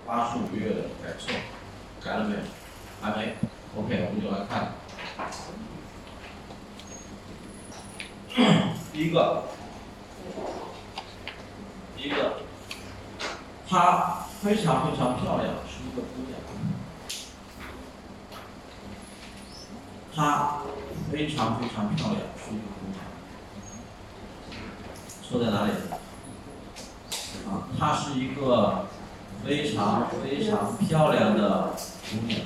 85个月的改错，改了没有？还没。OK， 我们就来看。第一个，她非常非常漂亮，是一个姑娘。她非常非常漂亮，是一个姑娘。错在哪里？啊，她是一个非常非常漂亮的姑娘。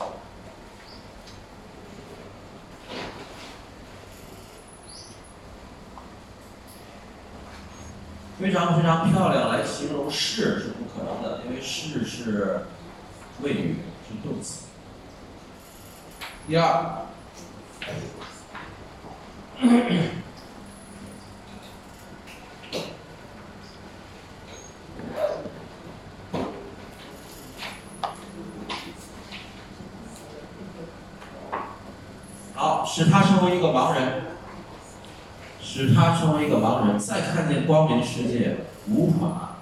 非常非常漂亮来形容是不可能的，因为是谓语，是动词。第二，好，使他成为一个盲人。使他成为一个盲人，再看见光明世界，无法。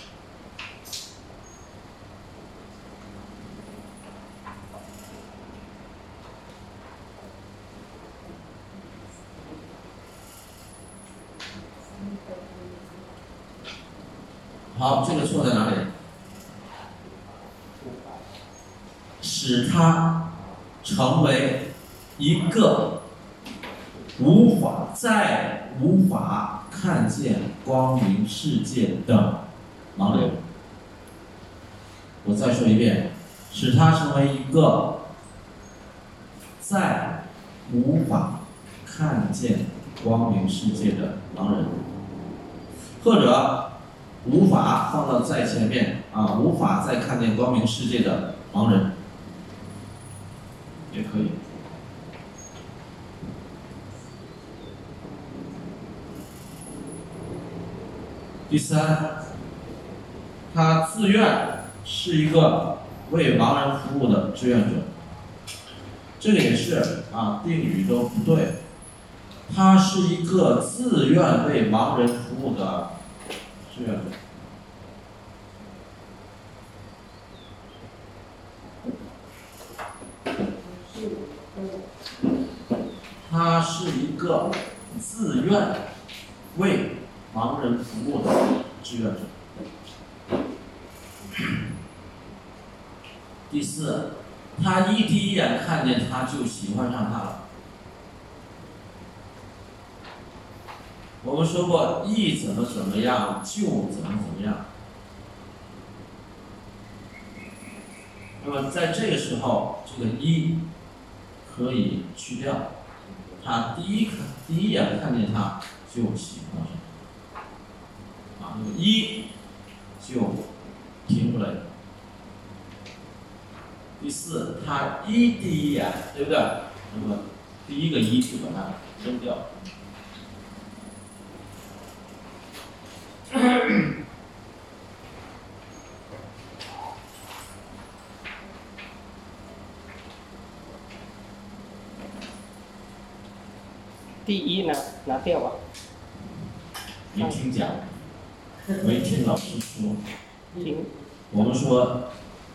好，这个错在哪里？使他成为一个再无法看见光明世界的盲人。我再说一遍，使他成为一个再无法看见光明世界的盲人，或者无法放到在前面啊，无法再看见光明世界的盲人也可以。第三，他自愿是一个为盲人服务的志愿者，这个也是啊，定语都不对。他是一个自愿为盲人服务的志愿者。他是一个自愿为盲人服务的志愿者。第四，他第一眼看见他就喜欢上他了。我们说过，怎么样就怎么样。那么在这个时候，这个可以去掉。他第一眼看见他就喜欢上他。啊，那么就停出来。第四，他第一眼，对不对？那么第一个就把它扔掉。 第一拿掉吧。 没听讲，没听老师说。 听。 我们说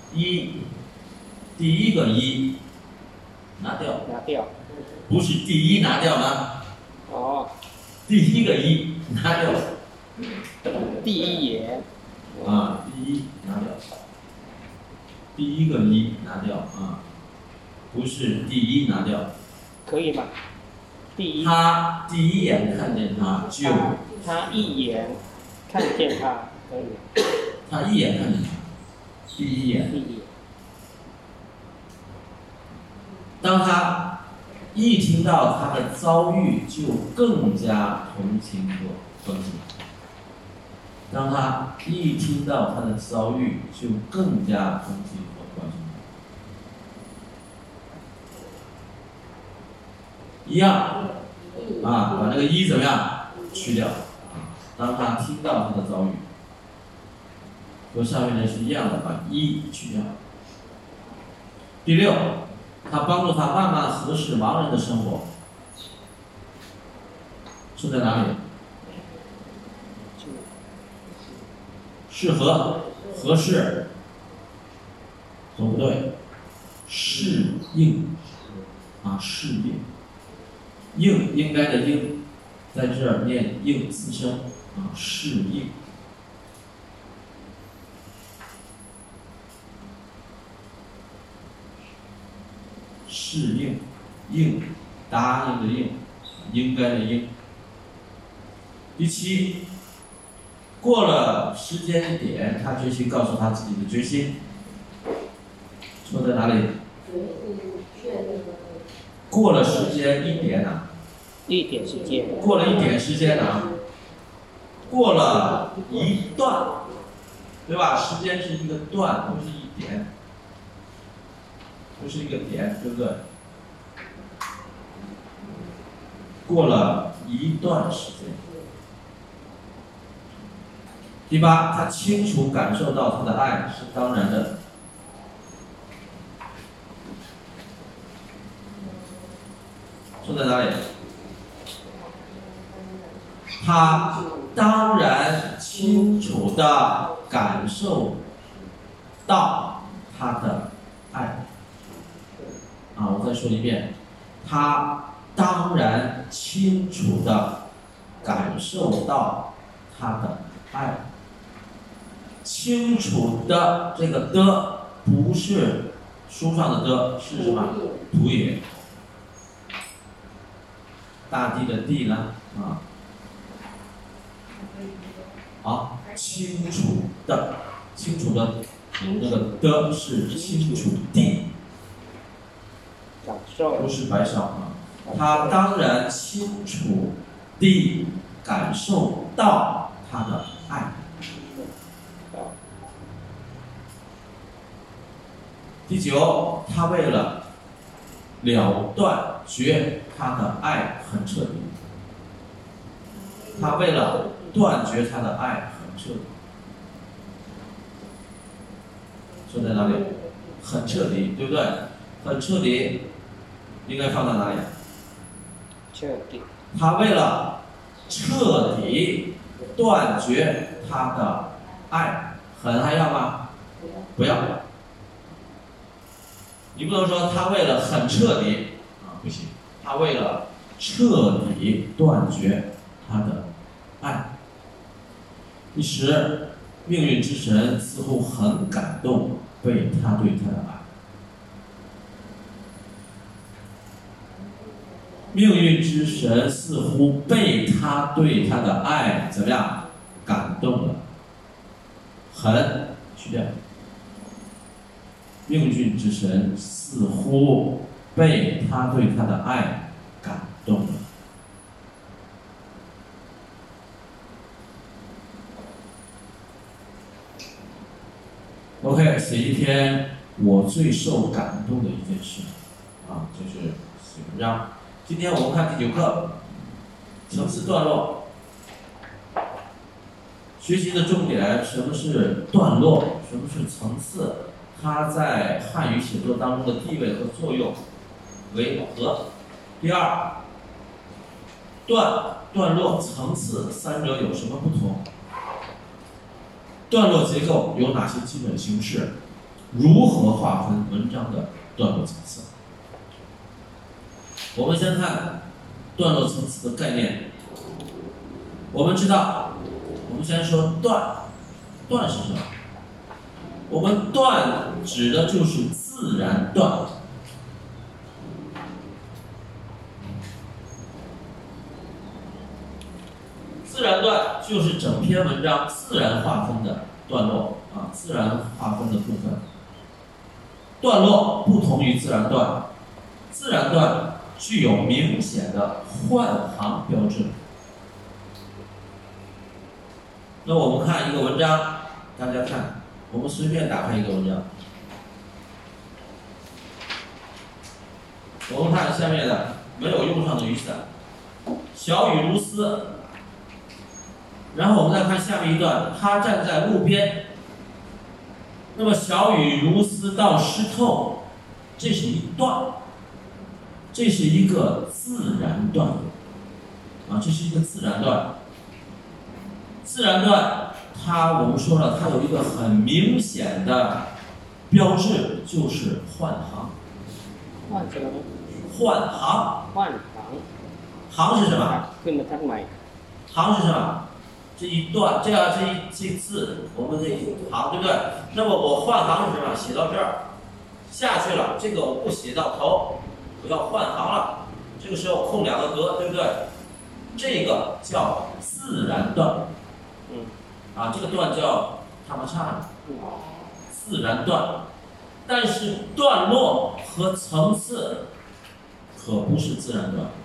第一个拿掉。 拿掉。 不是第一拿掉吗？ 哦。 第一个拿掉。 第一眼。 啊，第一拿掉。第一个拿掉啊，不是第一拿掉。 可以吗？ 他第一眼看见他就。 他一眼看见他可以。 他一眼看见他，第一眼。当他一听到他的遭遇，就更加同情和关心。当他一听到他的遭遇，就更加同情和关心。一样啊，把这个怎么样去掉？当他听到他的遭遇，和上面的是一样的，把去掉。第六，他帮助他慢慢合适盲人的生活，是在哪里？适合、合适都不对，适应啊，适应，应该的应，在这儿念应自身啊，适应。适应，应，答应的应，应该的应。第7，过了时间点，他决心告诉他自己的决心，错在哪里？过了时间1点呢？ 一点时间。 过了1点时间呢？过了一段，对吧？时间是一个段，不是1点。就是一个点，对不对？过了一段时间。第8，他清楚感受到他的爱是当然的。说在哪里？他当然清楚地感受到他的爱。啊，我再说一遍，他当然清楚地感受到他的爱。清楚的这个的不是书上的的，是什么？土也。大地的地呢？啊，好，清楚的，清楚的，那个的是清楚地。不是白少啊，他当然清楚地感受到他的爱。第9，他为了了断绝他的爱很彻底。他为了断绝他的爱很彻底。说在哪里？很彻底，对不对？很彻底。应该放在哪里？ 彻底。 他为了彻底断绝他的爱，很还要吗？不要。你不能说他为了很彻底啊，不行。他为了彻底断绝他的爱。第10，命运之神似乎很感动被他对他的爱。命运之神似乎被他对他的爱怎么样感动了？很去掉。命运之神似乎被他对他的爱感动了。OK， 写一篇我最受感动的一件事啊，就是写文章。今天我们看第9课，层次段落。学习的重点，什么是段落，什么是层次，它在汉语写作当中的地位和作用为何？第2，段落、层次三者有什么不同？段落结构有哪些基本形式？如何划分文章的段落层次？我们先看段落层次的概念。我们知道，我们先说段是什么？我们段指的就是自然段。自然段就是整篇文章自然划分的段落啊，自然划分的部分。段落不同于自然段，自然段具有明显的换行标志。那我们看一个文章，大家看，我们随便打开一个文章，我们看下面的没有用上的雨伞，小雨如丝。然后我们再看下面一段，他站在路边。那么小雨如丝到湿透，这是一段，这是一个自然段啊，这是一个自然段。自然段，我们说了，它有一个很明显的标志就是换行。 换什么？ 换行。 换行。 行是什么？ ขึ้นมาทักใหม่。 行是什么？这一段，这样这字，我们这一行，对不对？那么我换行是什么？写到这儿，下去了，这个我不写到头，我要换行了。这个时候空两个格，对不对？这个叫自然段。啊，这个段叫他们唱自然段，但是段落和层次可不是自然段。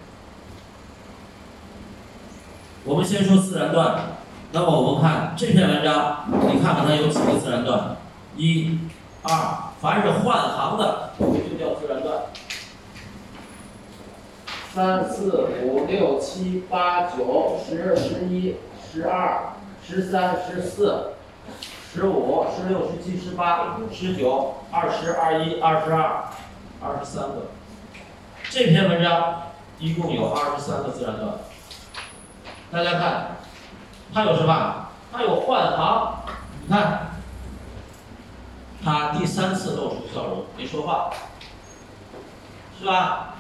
我们先说自然段，那么我们看这篇文章，你看看它有几个自然段？1、2，凡是换行的就叫自然段。3、4、5、6、7、8、9、10、11、12、13、14、15、16、17、18、19、20、21、22、23个。这篇文章一共有23个自然段。大家看，它有什么？它有换行。你看，他第3次露出笑容，没说话，是吧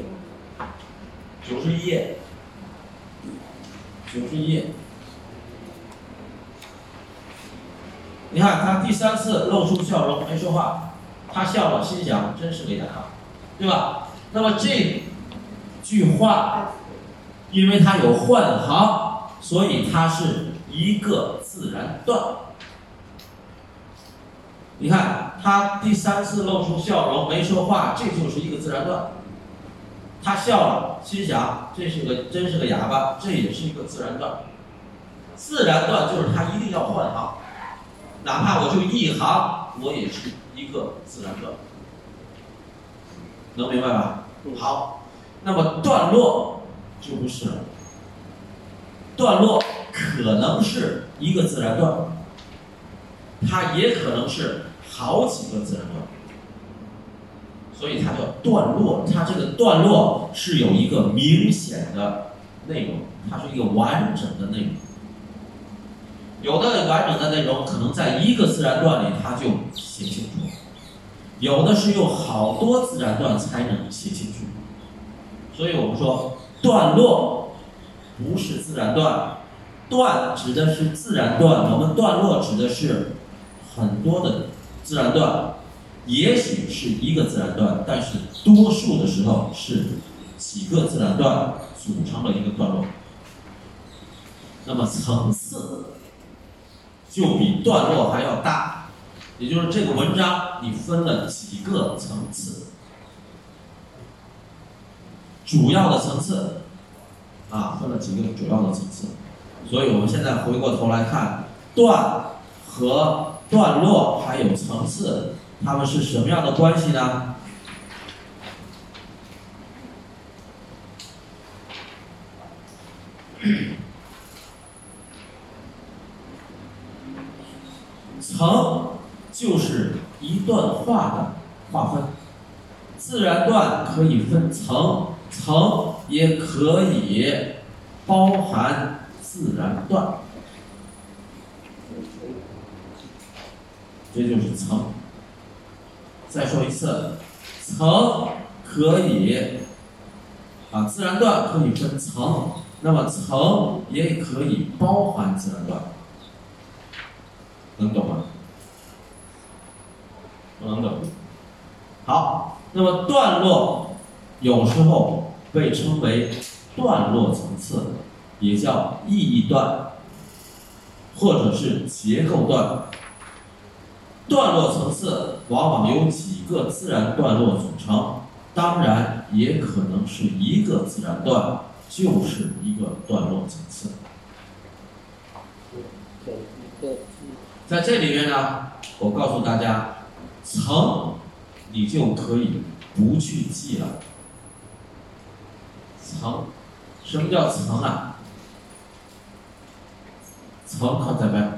？91页，91页。你看他第3次露出笑容，没说话，他笑了，心想真是个哑巴，对吧？那么这句话，因为它有换行，所以它是一个自然段。你看他第3次露出笑容，没说话，这就是一个自然段。他笑了，心想真是个哑巴，这也是一个自然段。自然段就是他一定要换行，哪怕我就一行，我也是一个自然段。能明白吧？好，那么段落就不是了。段落可能是一个自然段，它也可能是好几个自然段，所以它叫段落。它这个段落是有一个明显的内容，它是一个完整的内容。有的完整的内容可能在一个自然段里它就写清楚，有的是用好多自然段才能写清楚。所以我们说段落不是自然段，段指的是自然段，我们段落指的是很多的自然段，也许是一个自然段，但是多数的时候是几个自然段组成了一个段落。那么层次就比段落还要大，也就是这个文章你分了几个层次，主要的层次分了几个主要的层次。所以我们现在回过头来看，段和段落还有层次，它们是什么样的关系呢？层就是一段话的划分，自然段可以分层，层也可以包含自然段，这就是层。再说一次，层可以自然段可以分层，那么层也可以包含自然段，能懂吗？不能懂。好，那么段落有时候被称为段落层次，也叫意义段，或者是结构段。段落层次往往由几个自然段落组成，当然也可能是一个自然段就是一个段落层次。在这里面呢，我告诉大家，层你就可以不去记了。层，什么叫层啊？层可在边，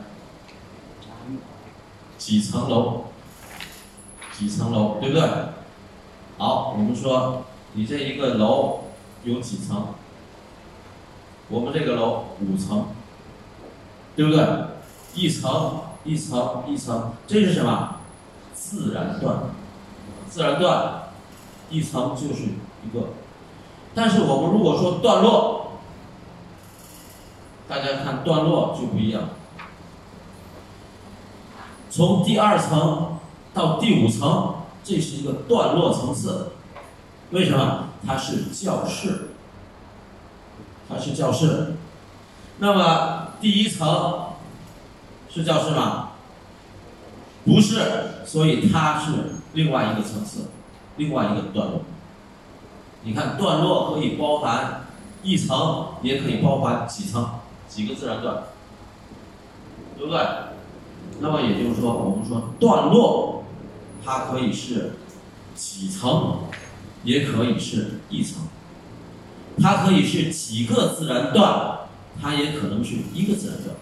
几层楼，几层楼，对不对？好，我们说你这一个楼有几层？我们这个楼5层，对不对？一层一层一层，这是什么？ 自然段。自然段一层就是一个，但是我们如果说段落，大家看段落就不一样。从第2层到第5层，这是一个段落层次。为什么？它是教室，它是教室。那么第1层是教室吗？不是，所以它是另外一个层次，另外一个段落。你看，段落可以包含1层，也可以包含几层，几个自然段，对不对？那么也就是说，我们说段落，它可以是几层，也可以是1层，它可以是几个自然段，它也可能是一个自然段。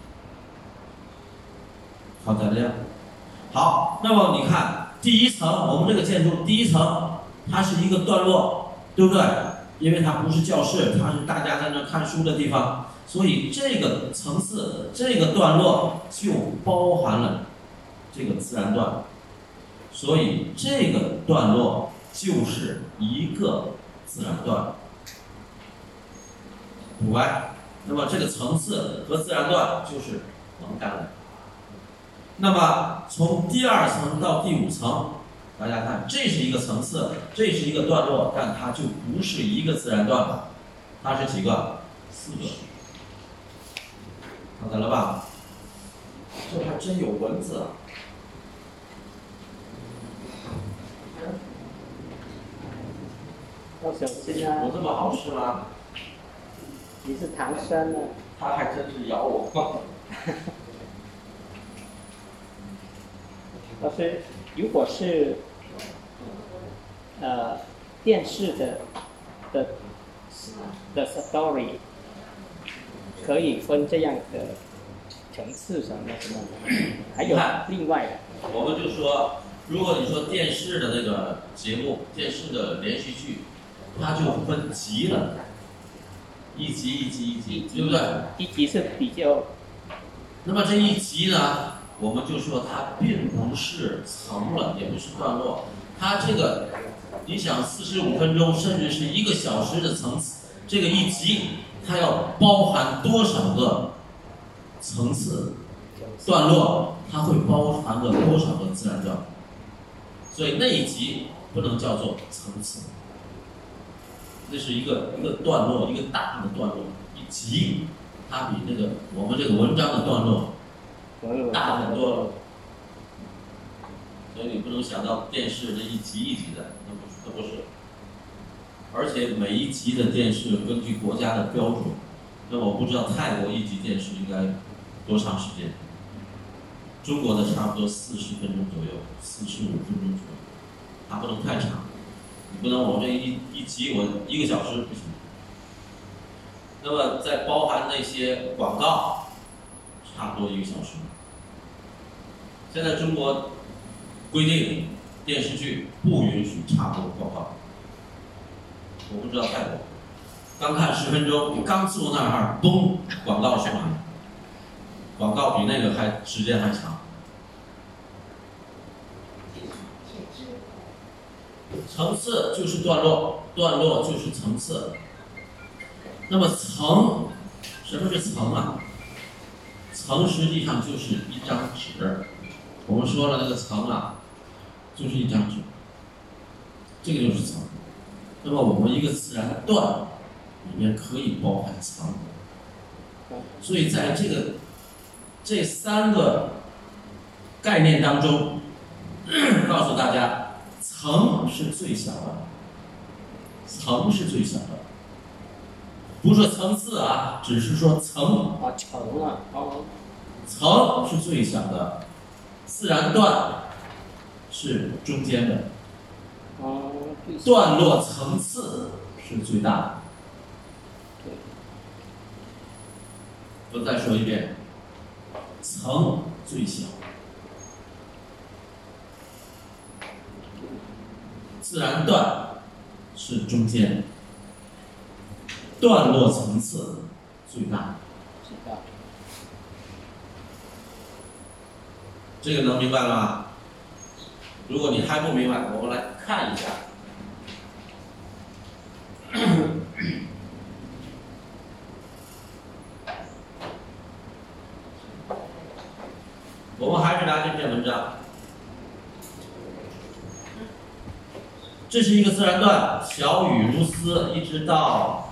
好，大家。好，那么你看第1层，我们这个建筑第1层，它是一个段落，对不对？因为它不是教室，它是大家在那看书的地方，所以这个层次、这个段落就包含了这个自然段，所以这个段落就是一个自然段，补完。那么这个层次和自然段就是能干的。那么从第2层到第5层，大家看，这是一个层次，这是一个段落，但它就不是一个自然段了，它是几个？4个。看到了吧？这还真有文字啊！ 要小心啊！ 有这么好吃吗？ 你是唐僧呢？ 它还真是咬我。 老师，如果是电视的 story， 可以分这样的层次什么什么，还有另外的。 我们就说，如果你说电视的那个节目，电视的连续剧，它就分集了，一集一集一集，对不对？ 一集是比较。 那么这一集呢，我们就说它并不是层了，也不是段落，它这个，你想45分钟，甚至是1个小时的层次，这个一集它要包含多少个层次、段落，它会包含个多少个自然段，所以那一集不能叫做层次，那是一个段落，一个大的段落，一集。它比那个我们这个文章的段落大很多，所以你不能想到电视这一集一集的，那不是。而且每一集的电视根据国家的标准，那我不知道泰国一集电视应该多长时间，中国的差不多40分钟左右，45分钟左右，它不能太长，你不能我这一集我1个小时不行。那么再包含那些广告，差不多1个小时。现在中国规定电视剧不允许插播广告，我不知道泰国。刚看10分钟，你刚坐那儿，嘣，广告出来了，广告比那个还时间还长。层次就是段落，段落就是层次。那么层，什么是层啊？层实际上就是一张纸。我们说了那个层啊，就是一张纸，这个就是层。那么我们一个自然段里面可以包含层，所以在这3个概念当中，告诉大家，层是最小的，层是最小的。不是层次啊，只是说层。 层啊， 层是最小的，自然段是中间的，段落层次是最大的。我再说一遍，层最小，自然段是中间。段落层次最大，这个能明白了吗？ 如果你还不明白，我们来看一下。我们还是拿这篇文章，这是一个自然段，小雨如丝，一直到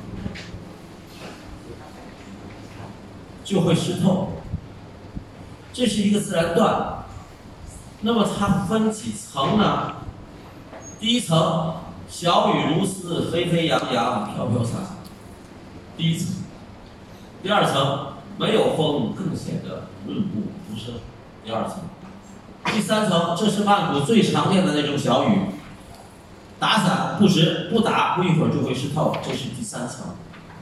就会湿透。这是一个自然段，那么它分几层呢？第一层，小雨如丝，飞飞扬扬，飘飘洒洒，第一层。第二层，没有风，更显得润物无声，第二层。第三层，这是曼谷最常见的那种小雨，打伞不时不打，不一会儿就会湿透，这是第三层。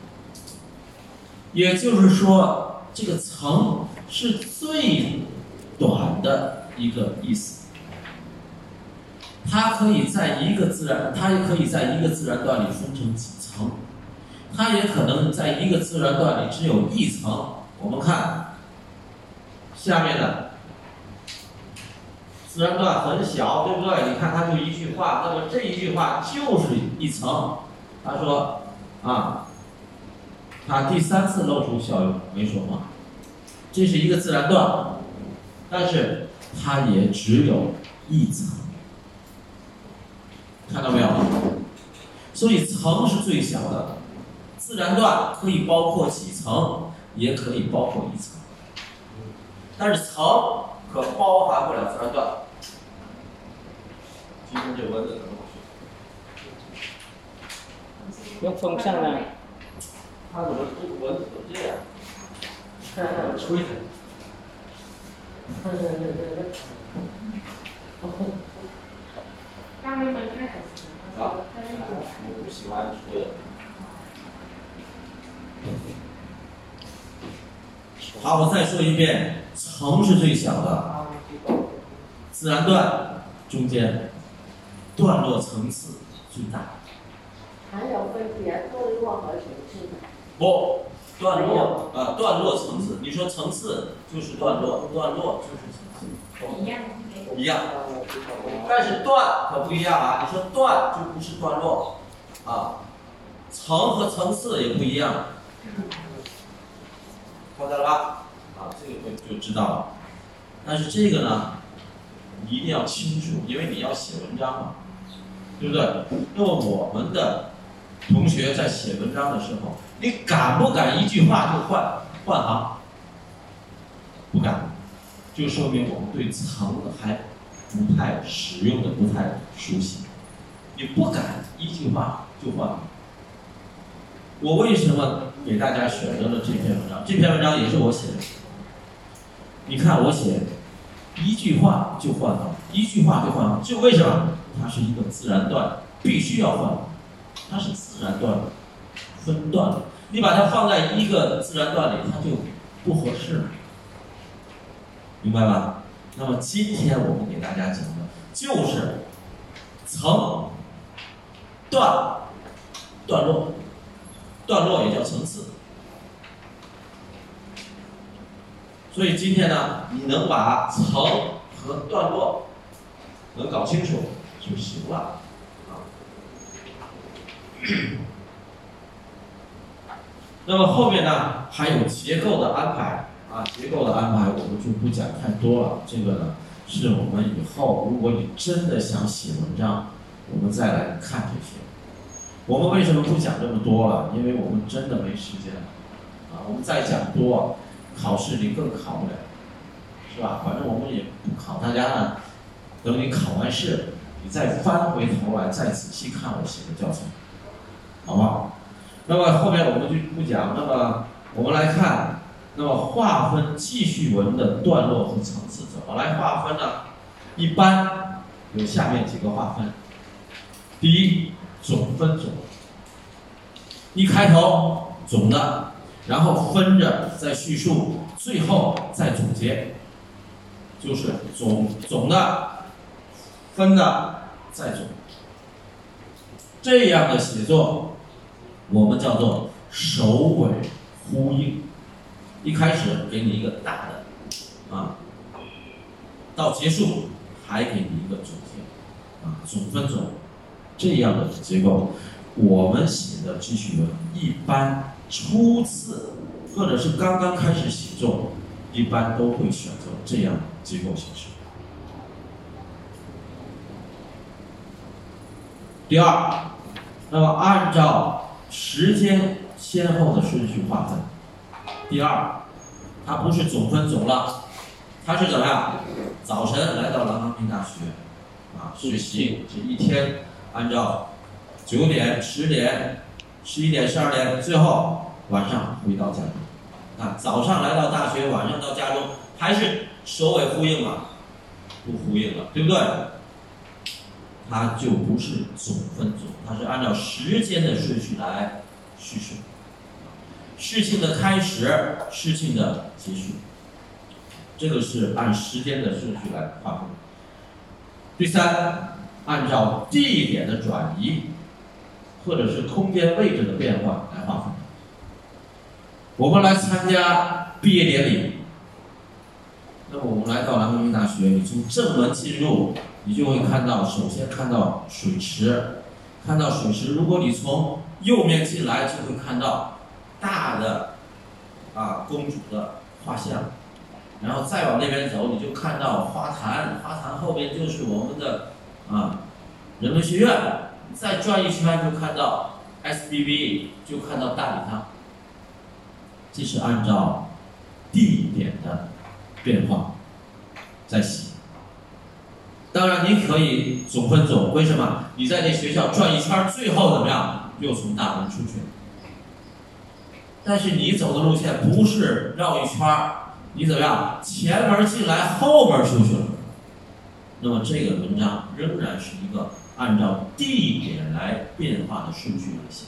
也就是说，这个层是最短的一个意思。它可以在一个自然段里分成几层，它也可能在一个自然段里只有一层。我们看下面的自然段很小，对不对？你看它就一句话，那么这一句话就是一层。他说啊，他第三次露出笑容，没说话。这是一个自然段，但是它也只有一层，看到没有？所以层是最小的，自然段可以包括几层，也可以包括一层，但是层可包含不了自然段。今天这蚊子怎么回事？ 用风扇呢？ 它怎么这蚊子怎么这样？看看我吹它。好，我不喜欢吹的。好，我再说一遍，层是最小的，自然段中间，段落层次最大。 还有分别段落和层次的。 不，段落层次，你说层次就是段落，段落就是层次，一样。但是段可不一样啊，你说段就不是段落啊，层和层次也不一样，看到了吧？啊，这个就知道了。但是这个呢，你一定要清楚，因为你要写文章嘛，对不对？那么我们的同学在写文章的时候，你敢不敢一句话就换行？不敢，就说明我们对层还不太使用的不太熟悉。你不敢一句话就换行。我为什么给大家选择了这篇文章？这篇文章也是我写的。你看我写一句话就换行，一句话就换行，这为什么？它是一个自然段，必须要换行。它是自然段落，分段落。你把它放在一个自然段里，它就不合适了，明白吧？那么今天我们给大家讲的就是层、段、段落，段落也叫层次。所以今天呢，你能把层和段落能搞清楚就行了。那么后面呢，还有结构的安排啊，结构的安排我们就不讲太多了。这个呢，是我们以后如果你真的想写文章，我们再来看这些。我们为什么不讲这么多了？因为我们真的没时间啊。我们再讲多，考试你更考不了，是吧？反正我们也不考，大家呢，等你考完试，你再翻回头来，再仔细看我写的教材。好不好？那么后面我们就不讲。那么我们来看，那么划分记叙文的段落和层次怎么来划分呢？一般有下面几个划分。第一，总分总，一开头总的，然后分着再叙述，最后再总结，就是总的，分的再总。这样的写作，我们叫做首尾呼应。一开始给你一个大的，到结束还给你一个总结，总分总这样的结构，我们写的记叙文一般初次或者是刚刚开始写作，一般都会选择这样结构形式。第二，那么按照时间先后的顺序划分。第二，它不是总分总了，它是怎么样？早晨来到郎康平大学，学习这一天，按照9点、10点、11点、12点，最后晚上回到家中。早上来到大学，晚上到家中，还是首尾呼应吗？不呼应了，对不对？它就不是总分总，它是按照时间的顺序来叙述，事情的开始，事情的结束，这个是按时间的顺序来划分。第三，按照地点的转移或者是空间位置的变化来划分。我们来参加毕业典礼，那么我们来到郎康平大学，你从正门进入，你就会看到，首先看到水池，看到水池，如果你从右面进来，就会看到大的公主的画像，然后再往那边走，你就看到花坛，花坛后边就是我们的人文学院，再转一圈就看到 SBB， 就看到大礼堂。这是按照地点的变化在写。当然你可以总分总，为什么？你在这学校转一圈，最后怎么样？又从大门出去。但是你走的路线不是绕一圈，你怎么样？前门进来，后门出去了。那么这个文章仍然是一个按照地点来变化的顺序来写。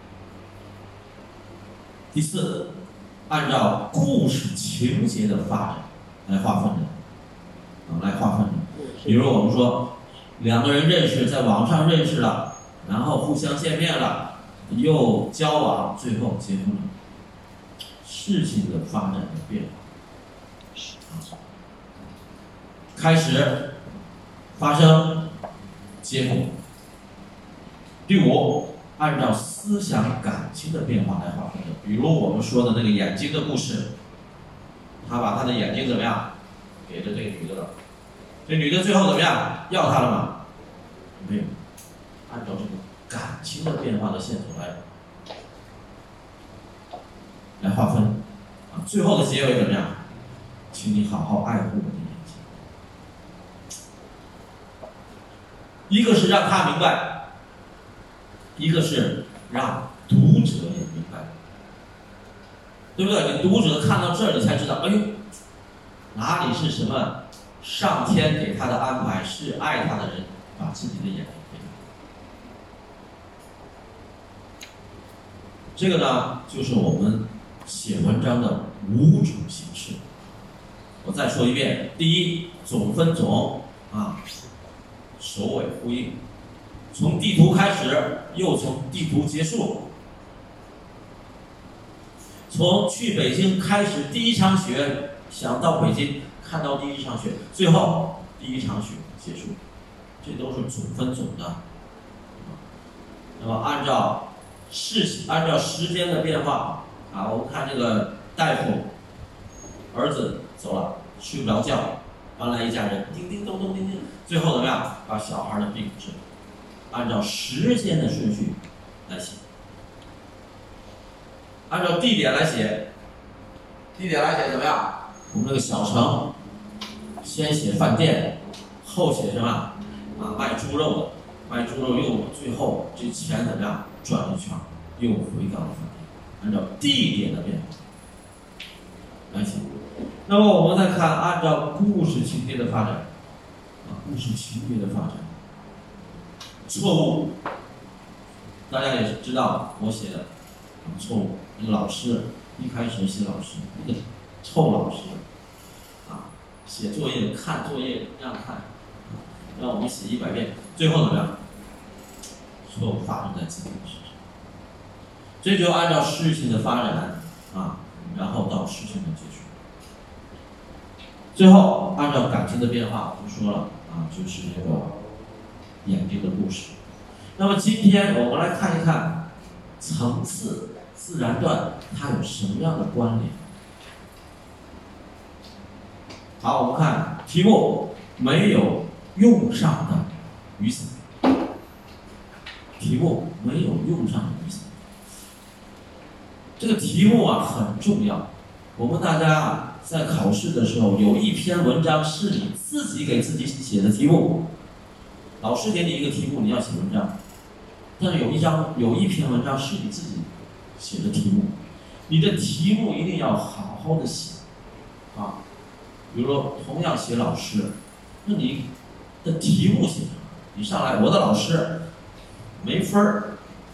第四，按照故事情节的发展来划分的，比如我们说两个人认识，在网上认识了，然后互相见面了，又交往，最后结婚了。事情的发展的变化，开始，发生，结果。第五，按照思想感情的变化来划分的，比如我们说的那个眼睛的故事，他把他的眼睛怎么样，给了这个女的了，这女的最后怎么样，要他了吗？没有，按照这个感情的变化的线索来划分，最后的结尾怎么样？请你好好爱护我的眼睛。一个是让他明白，一个是让读者也明白，对不对？你读者看到这儿，你才知道，哎呦，哪里是什么上天给他的安排，是爱他的人把自己的眼睛给他。这个呢，就是我们写文章的5种形式。我再说一遍：第一，总分总，首尾呼应，从地图开始，又从地图结束，从去北京开始第一场雪，想到北京看到第一场雪，最后第一场雪结束，这都是总分总的。那么按照时间的变化我们看这个大夫儿子走了，睡不着觉，搬来一家人，叮叮咚咚叮叮，最后怎么样？把小孩的病治了。按照时间的顺序来写，按照地点来写，怎么样？我们这个小城，先写饭店，后写什么？卖猪肉的，卖猪肉又最后这钱怎么样？转一圈，又回到了饭店。按照地点的变化来写。那么我们再看，按照故事情节的发展，错误，大家也知道我写的错误。那个老师一开始写老师，那个臭老师写作业看作业让看，让我们写100遍，最后怎么样？错误发生在自己的身上。这就按照事情的发展然后到事情的结束。 最后按照感情的变化，我们说了啊，就是那个眼睛的故事。那么今天我们来看一看层次自然段它有什么样的关联。好，我们看题目：没有用上的雨伞。题目没有用上的雨伞。这个题目啊很重要。我们大家啊在考试的时候，有一篇文章是你自己给自己写的题目，老师给你一个题目，你要写文章。但是有一篇文章是你自己写的题目，你的题目一定要好好的写啊。比如说，同样写老师，那你的题目写上，你上来，我的老师没分儿，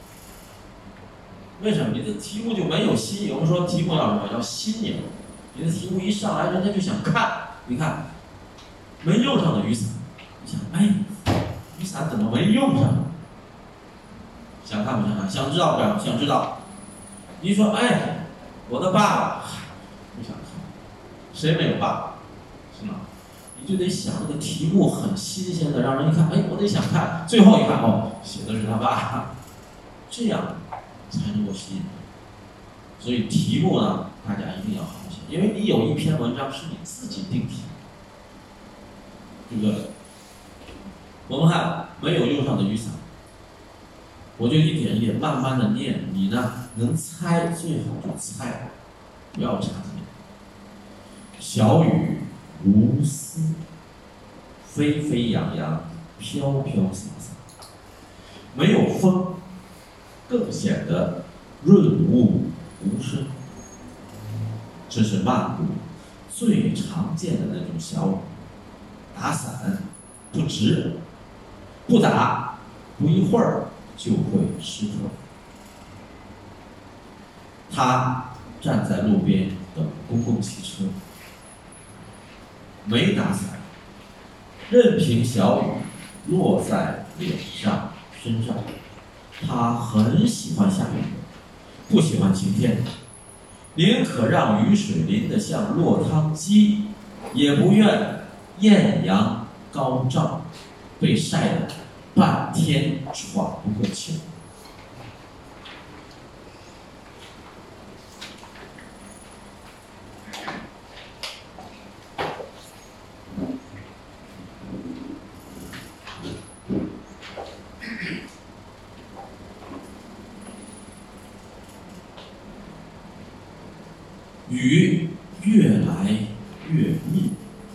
为什么？你的题目就没有新颖。我们说题目要什么？要新颖。你的题目一上来，人家就想看。你看，没用上的雨伞，你想，哎，雨伞怎么没用上？想看不想看？想知道不想？想知道。你说，哎，我的爸爸，不想看。谁没有爸爸？是吗？你就得想那个题目很新鲜的，让人一看，哎，我得想看。最后一看，哦，写的是他爸，这样才能够吸引人。所以题目呢，大家一定要好好写，因为你有一篇文章是你自己定题，对不对？我们看没有用上的雨伞，我就一点一点慢慢的念，你呢能猜最好就猜，不要查字典。小雨如丝，飞飞扬扬，飘飘洒洒，没有风，更显得润物无声。这是曼谷最常见的那种小雨，打伞不直，不打不一会儿就会湿透。他站在路边等公共汽车，没打伞，任凭小雨落在脸上身上。他很喜欢下雨，不喜欢晴天，宁可让雨水淋得像落汤鸡，也不愿艳阳高照，被晒得半天喘不过气。雨越来越密，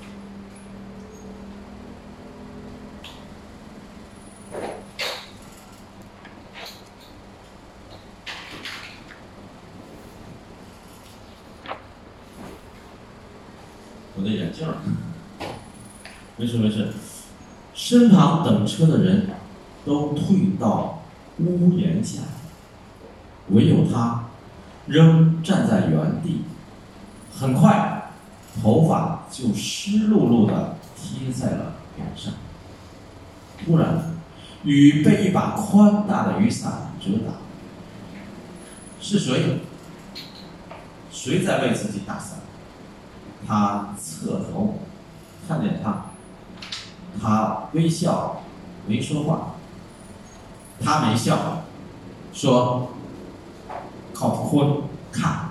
我的眼镜儿，没事没事。身旁等车的人都退到屋檐下，唯有他仍站在原地。很快，头发就湿漉漉地贴在了脸上。突然，雨被一把宽大的雨伞遮挡。是谁？谁在为自己打伞？他侧头看见他，他微笑，没说话。他没笑，说：“靠坤看。”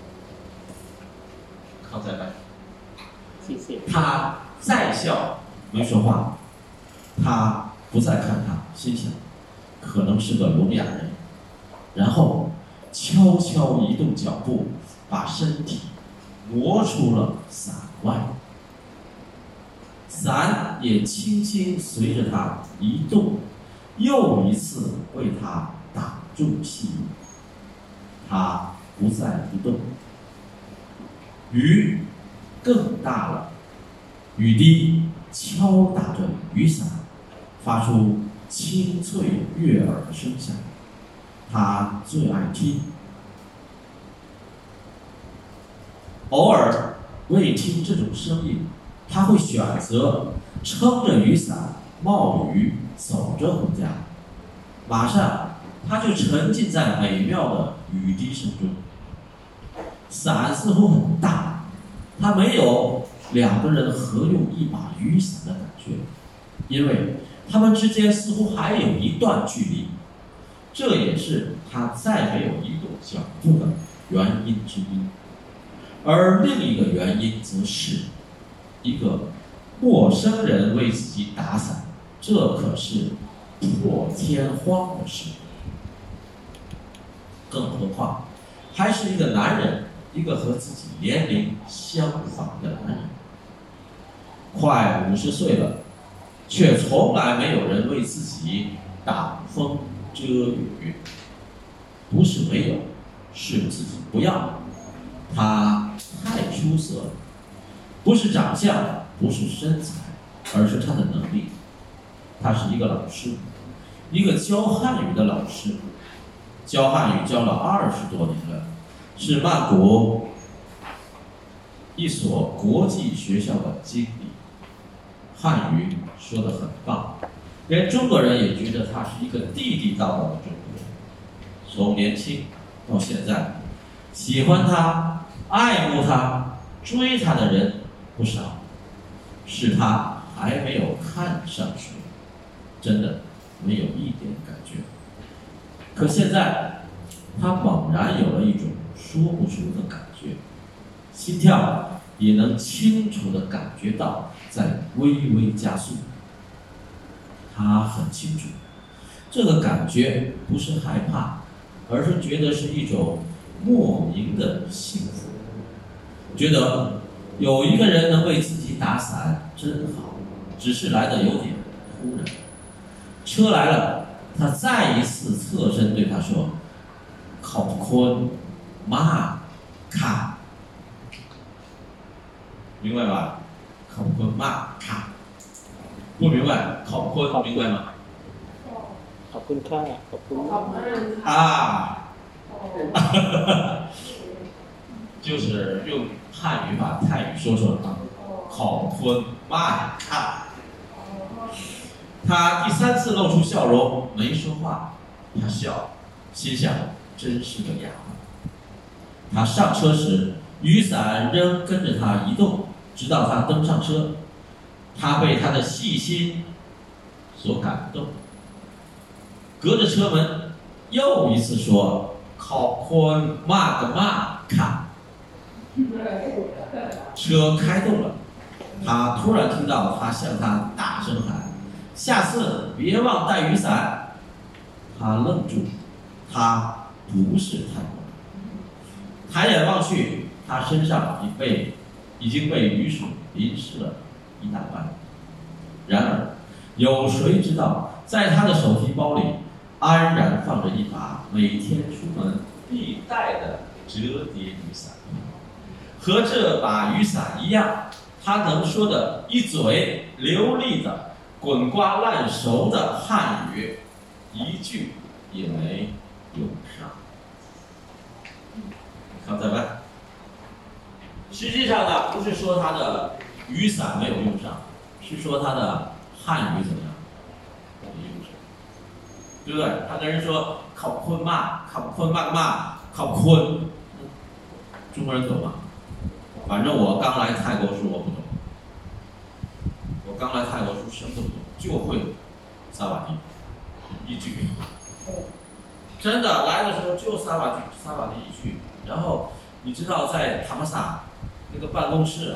靠在那。 谢谢。 他再笑，没说话。他不再看他，心想，可能是个聋哑人。然后悄悄移动脚步，把身体挪出了伞外。伞也轻轻随着他移动，又一次为他挡住细雨。他不再不动。雨更大了，雨滴敲打着雨伞，发出清脆悦耳的声响。他最爱听。偶尔为听这种声音，他会选择撑着雨伞冒雨走着回家。马上他就沉浸在美妙的雨滴声中。伞似乎很大，它没有两个人合用一把雨伞的感觉，因为他们之间似乎还有一段距离，这也是他再没有移动脚步的原因之一。而另一个原因则是一个陌生人为自己打伞，这可是破天荒的事。更何况还是一个男人，一个和自己年龄相仿的男人，快50岁了，却从来没有人为自己挡风遮雨。不是没有，是自己不要。他太出色了，不是长相，不是身材，而是他的能力。他是一个老师，一个教汉语的老师，教汉语教了20多年了，是曼谷一所国际学校的经理，汉语说得很棒，连中国人也觉得他是一个地地道道的中国人。从年轻到现在，喜欢他、爱慕他、追他的人不少，是他还没有看上谁，真的没有一点感觉。可现在，他猛然有了一种说不出的感觉，心跳也能清楚地感觉到在微微加速。他很清楚，这个感觉不是害怕，而是觉得是一种莫名的幸福，觉得有一个人能为自己打伞真好，只是来得有点突然。车来了，他再一次侧身对他说：“考坤，妈，卡。”明白吧？考坤妈卡，不明白？考坤明白吗？ ขอบคุณค่ะขอบคุณ啊，就是用汉语把泰语说说啊，考坤妈卡。他第3次露出笑容，没说话，他笑，心想真是个哑巴。他上车时，雨伞仍跟着他移动，直到他登上车。他被他的细心所感动，隔着车门又一次说：“考坤骂个骂卡。”车开动了，他突然听到他向他大声喊：“下次别忘带雨伞。”他愣住，他不是泰国人。抬眼望去，他身上已经被雨水淋湿了一大半。然而，有谁知道，在他的手提包里安然放着一把每天出门必带的折叠雨伞。和这把雨伞一样，他能说的一嘴流利的滚瓜烂熟的汉语，一句也没用上。看再办。实际上呢，不是说他的雨伞没有用上，是说他的汉语怎么样没用上，对不对？他跟人说考坤嘛，考坤嘛嘛，考坤，中国人懂吗？反正我刚来泰国时我不懂，我刚来泰国时什么都不懂，就会萨瓦迪一句，真的来的时候就萨瓦迪一句。然后你知道在塔玛萨那个办公室，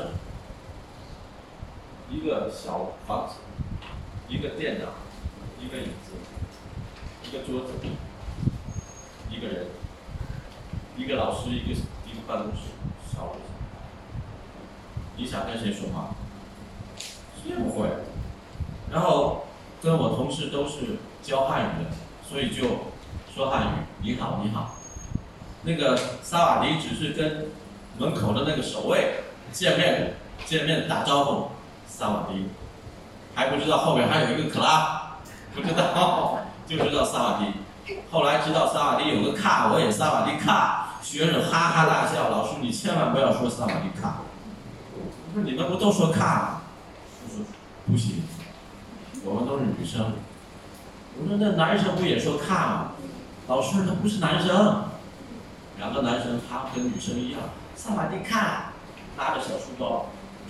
一个小房子，一个电脑，一个椅子，一个桌子，一个人，一个老师，一个办公室，小屋子。你想跟谁说话？谁不会？然后跟我同事都是教汉语的，所以就说汉语，你好，你好。那个萨瓦迪只是跟门口的那个守卫见面打招呼，萨瓦迪，还不知道后面还有一个克拉，不知道，就知道萨瓦迪。后来知道萨瓦迪有个卡，我也萨瓦迪卡，学生哈哈大笑。老师，你千万不要说萨瓦迪卡。我说你们不都说卡吗？我说不行，我们都是女生。我说那男生不也说卡吗？老师，他不是男生。2个男生，他跟女生一样，萨瓦迪卡，拿着小书包，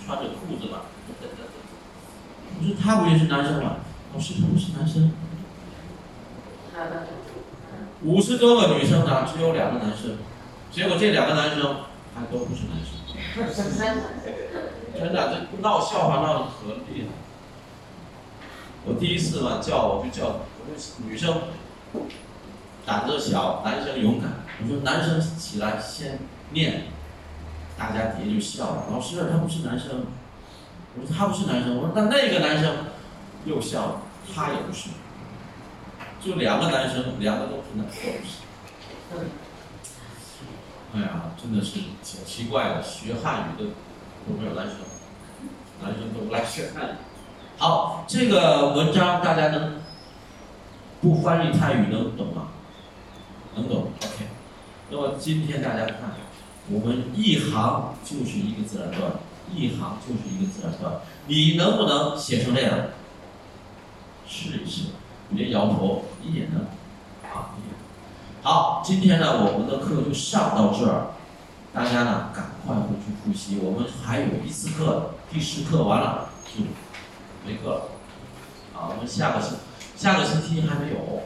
穿着裤子嘛。我说他不也是男生吗？老师他不是男生。50多个女生呢，只有2个男生，结果这2个男生还都不是男生。真的，这闹笑话闹得可厉害。我第一次嘛我就女生胆子小，男生勇敢。我说男生起来先念，大家底下就笑了。老师他不是男生，我说他不是男生，我说那个男生又笑了，他也不是，就2个男生，2个都是男生，都不是。哎呀，真的是挺奇怪的，学汉语的都没有男生，男生都不来学汉语。好，这个文章大家能不翻译泰语能懂吗？能懂 ，OK。那么今天大家看，我们一行就是一个自然段，一行就是一个自然段，你能不能写成这样？试一试，别摇头，你也能，啊，你也能。好，今天呢，我们的课就上到这儿，大家呢赶快回去复习，我们还有1次课，第10课完了就没课了。啊，我们下个星期还没有。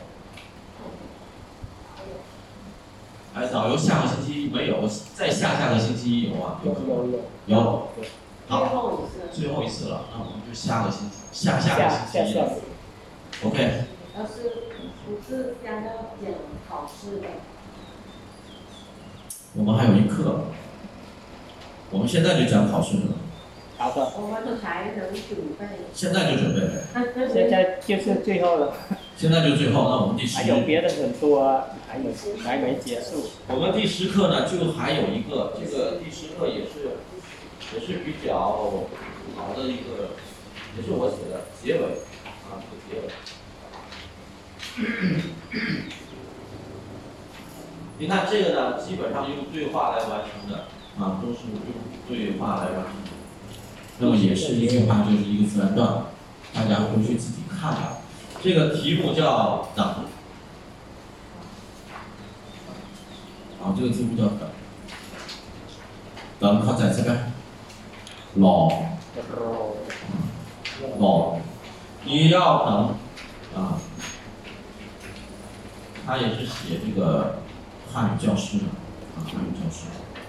哎，导游下个星期没有，再下个星期有啊？有。好，最后一次了，那我们就下个星期，下个星期。OK。 老师，不是将要讲考试的。 我们还有1课，我们现在就讲考试了。 好的。 我们还能准备。 现在就准备。 现在就是最后了。 现在就最后，那我们第10。 还有别的很多啊，还没结束。 我们第10课呢，就还有一个，这个第10课也是比较好的一个，也是我写的结尾啊，这个结尾。你看这个呢，基本上用对话来完成的啊，都是用对话来完成的。那么也是一句话就是一个自然段，大家回去自己看吧。这个题目叫等，啊，这个题目叫等。等，在这边，老，你要等啊。他也是写这个汉语教师的啊，汉语教师。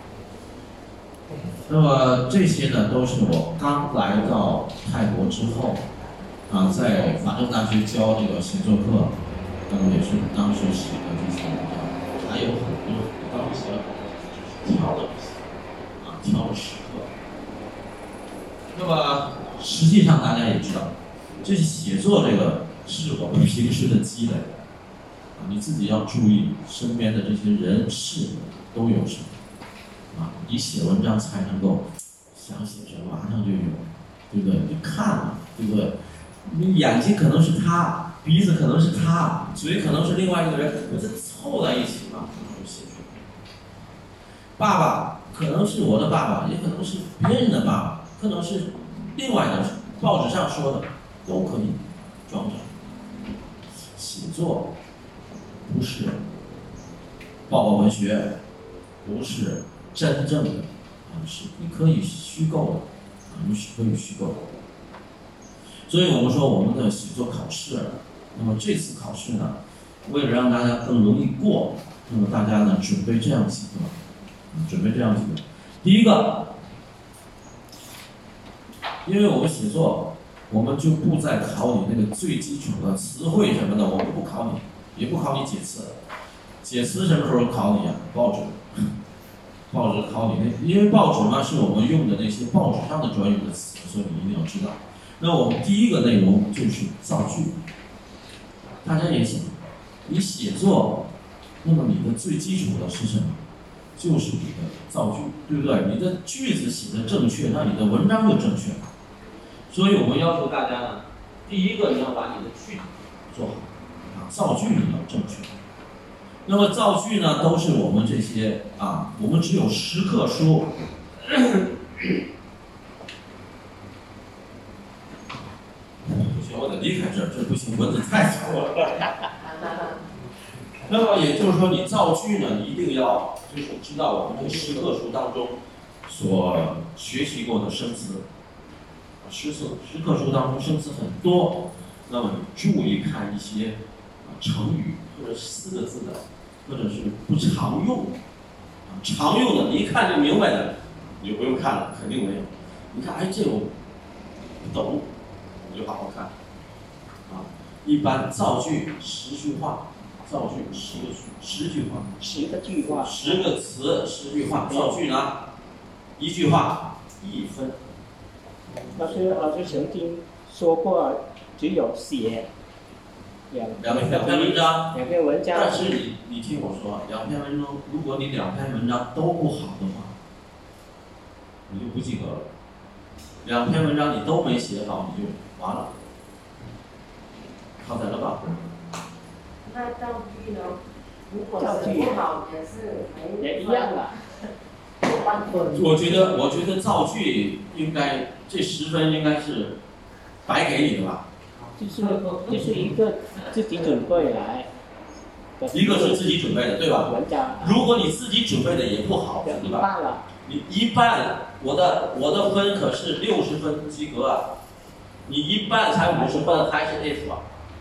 那么这些呢，都是我刚来到泰国之后，啊，在法政大学教这个写作课，那么也是当时写的这些文章，还有很多当时写了很多，挑了一些，啊，挑了10课。那么实际上大家也知道，这写作这个是我们平时的积累。你自己要注意身边的这些人事都有什么啊？你写文章才能够想写什么马上就有，对不对？你看了，对不对？你眼睛可能是他，鼻子可能是他，嘴可能是另外一个人，这凑在一起嘛，就写出来。爸爸可能是我的爸爸，也可能是别人的爸爸，可能是另外的报纸上说的，都可以装上。写作。不是报告文学，不是真正的啊，是你可以虚构的啊，你是可以虚构的。所以我们说我们的写作考试，那么这次考试呢，为了让大家更容易过，那么大家呢准备这样几个，第一个，因为我们写作，我们就不再考你那个最基础的词汇什么的，我们不考你。也不考你解词，解词什么时候考你啊？报纸考你因为报纸嘛是我们用的那些报纸上的专用的词，所以你一定要知道。那我们第一个内容就是造句，大家也想，你写作，那么你的最基础的是什么？就是你的造句，对不对？你的句子写的正确，那你的文章就正确了。所以我们要求大家呢，第一个你要把你的句子做好。造句你要正确，那么造句呢，都是我们这些啊，我们只有10课书，不行，我得离开这不行，蚊子太多了。那么也就是说，你造句呢，你一定要就是知道我们这10课书当中所学习过的生词课书当中生词很多，那么你注意看一些成语或者4个字的，或者是不常用常用的，你一看就明白的，你就不用看了，肯定没有。你看，哎，这我不懂，你就好好看一般造句10句话，造句10句话 10个句话 ，10个词10句话，造句呢1句话1分。 老师曾经说过，只有写两篇文章，但是你听我说，2篇文章，如果你2篇文章都不好的话，你就不及格了。2篇文章你都没写好，你就完了。好在了吧？ 那造句呢？如果写不好也一样的。 我觉得造句应该这10分应该是白给你的吧？ 就是一个自己准备来， 一个是自己准备的，对吧？ 文章。 如果你自己准备的也不好，对吧？你一半，我的分可是60分及格啊，你一半才50分，还是 F 啊，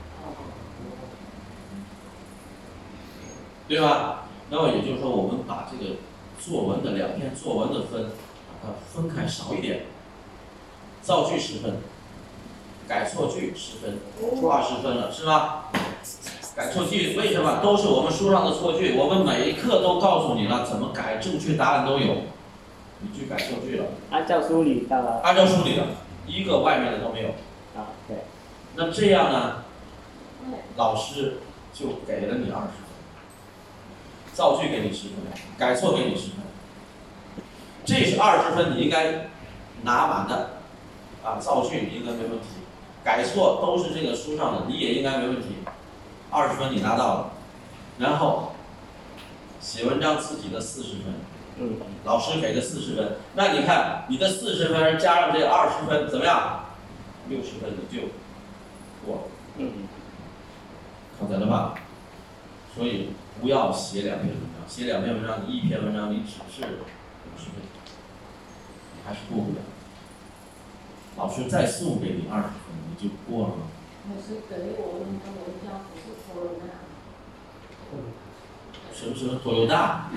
对吧？那么也就是说，我们把这个作文的2篇作文的分，把它分开少一点，造句10分。改错句10分，20分了，是吧？改错句为什么都是我们书上的错句？我们每一课都告诉你了怎么改，正确答案都有。你去改错句了， 按照书里的， 一个外面的都没有。 对。 那这样呢，老师就给了你20分，造句给你10分，改错给你10分，这是20分，你应该拿满的造句应该没问题。改错都是这个书上的，你也应该没问题，20分你拿到了。然后写文章自己的40分，老师给的40分，那你看你的40分加上这20分怎么样？60分你就过了。考在了吧？所以不要写2篇文章，写2篇文章，你1篇文章你只是50分，你还是过不了。老师再送给你20分，你就过了吗？ 老师给我们的文章不是说了那。 什么左右大？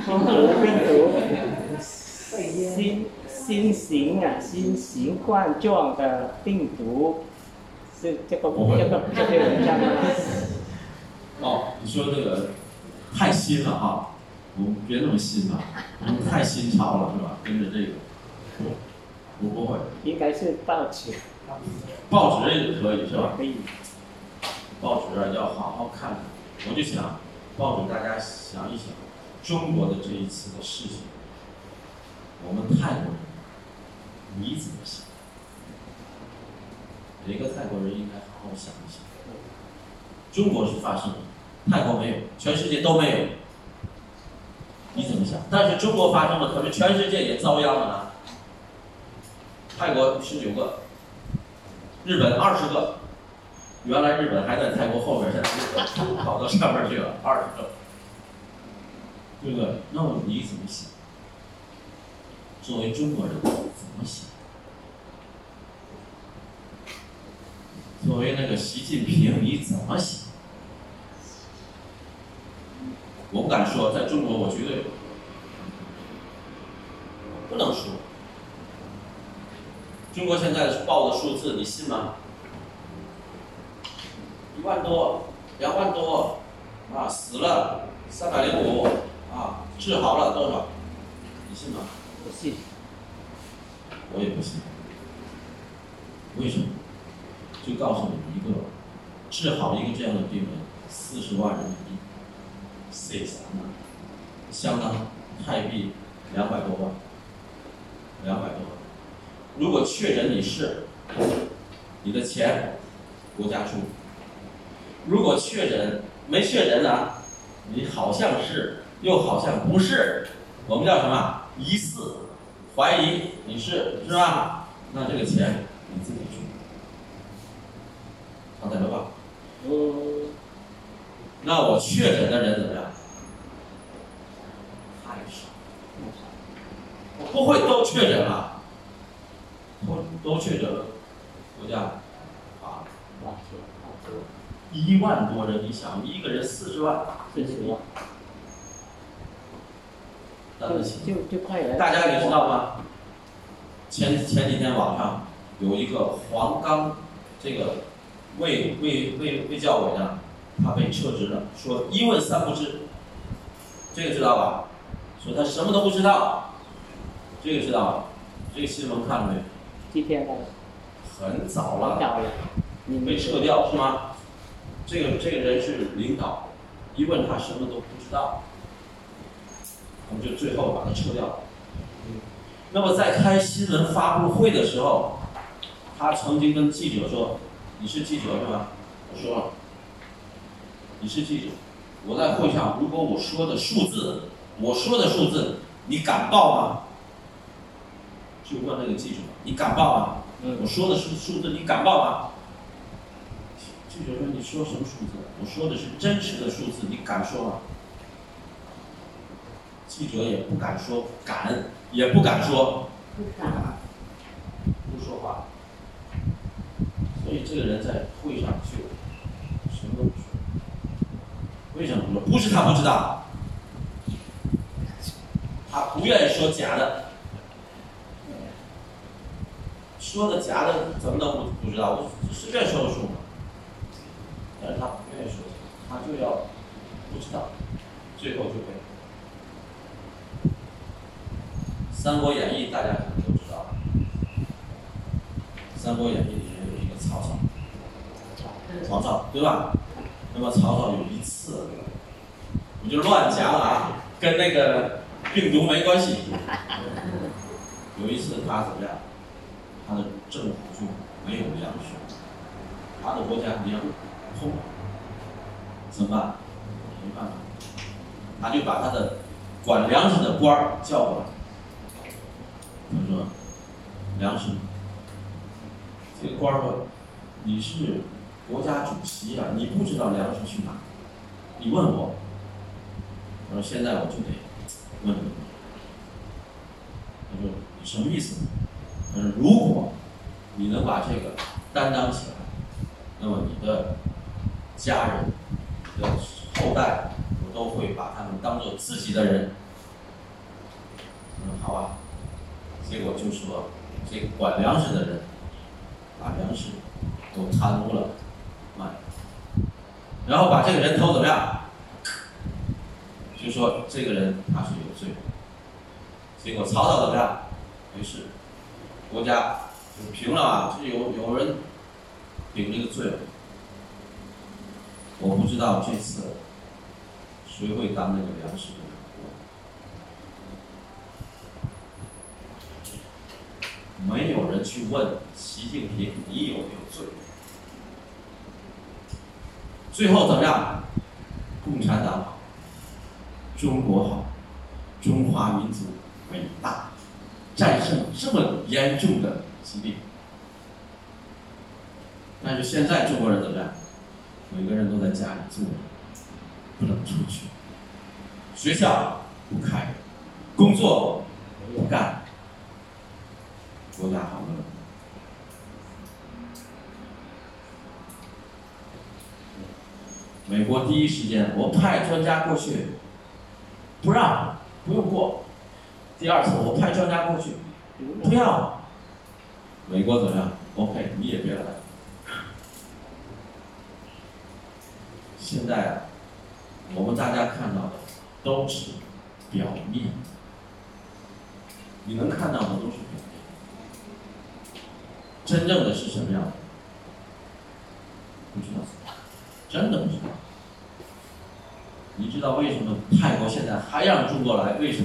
新型冠状的病毒是这篇文章吗？ 你说这个太新了哈，我们别那么新了，我们太新潮了是吧？跟着这个。我不会， 应该是报纸也可以是吧？ 可以。 报纸要好好看。我就想，报纸大家想一想，中国的这一次的事情，我们泰国人，你怎么想？每个泰国人应该好好想一想。中国是发生了，泰国没有，全世界都没有。你怎么想？但是中国发生了，可是全世界也遭殃了呢。泰国19个，日本20个，原来日本还在泰国后边，现在跑到上面去了，20个，对不对？那么你怎么想？作为中国人怎么想？作为那个习近平你怎么想？我不敢说，在中国我绝对不能说。中国现在报的数字，你信吗？1万多、2万多，死了305，治好了多少？你信吗？ 不信。 我也不信。为什么？就告诉你们一个，治好一个这样的病人，40万人民币，43万，相当泰币200多万，200多万。如果确诊你是，你的钱国家出；如果确诊没确诊呢，你好像是又好像不是，我们叫什么？疑似，怀疑你是吧？那这个钱你自己出，好懂了吧？那我确诊的人怎么样？太少，我不会都确诊了。都确诊了， 1万多人，你想一个人40万 40万， 担得起？ 就快了。 大家也知道吗？前几天网上有一个黄冈这个卫教委呢，他被撤职了，说一问三不知，这个知道吧？说他什么都不知道，这个知道吧？这个新闻看了没？ 几天了？ 很早了。 早了。 被撤掉是吗？这个人是领导，一问他什么都不知道，我们就最后把他撤掉了。那么在开新闻发布会的时候，他曾经跟记者说：“你是记者是吧？”我说了：“你是记者，我在会上如果我说的数字，你敢报吗？”就问那个记者：“你敢报吗？我说的数字，你敢报吗？”记者说：“你说什么数字？我说的是真实的数字，你敢说吗？”记者也不敢说，也不敢说，不说话。所以这个人在会上就什么都不说。为什么不说？不是他不知道，他不愿意说假的。说的假的怎么都不知道，我随便说个数嘛。但是他不愿意说，他就要不知道，最后就被。《三国演义》大家可能都知道，《三国演义》里面有一个曹操，对吧？那么曹操有一次，我就乱讲了啊，跟那个病毒没关系。有一次他怎么样？他的政府就没有粮食，他的国家粮空了，怎么办？没办法，他就把他的管粮食的官儿叫过来。他说：“粮食，这个官儿说，你是国家主席啊，你不知道粮食去哪？你问我。”他说：“现在我就得问你。”他说：“你什么意思？”他说：“如果你能把这个担当起来，那么你的家人、你的后代，我都会把他们当做自己的人。”好吧。结果就说，这个管粮食的人把粮食都贪污了，卖，然后把这个人头怎么样？就说这个人他是有罪。结果曹操怎么样？没事，国家就平了嘛，就有人顶这个罪了。我不知道这次谁会当那个粮食的人。没有人去问习近平你有没有罪。最后怎么样？共产党好，中国好，中华民族伟大，战胜这么严重的疾病。但是现在中国人怎么样？每个人都在家里坐着，不能出去，学校不开，工作不干。国家好了，美国第一时间我派专家过去，不让，不用过。第二次我派专家过去，不要。美国怎么样 ？OK， 你也别来。现在啊，我们大家看到的都是表面，你能看到的都是表面。真正的是什么样的？不知道，真的不知道。你知道为什么泰国现在还让中国来？为什么？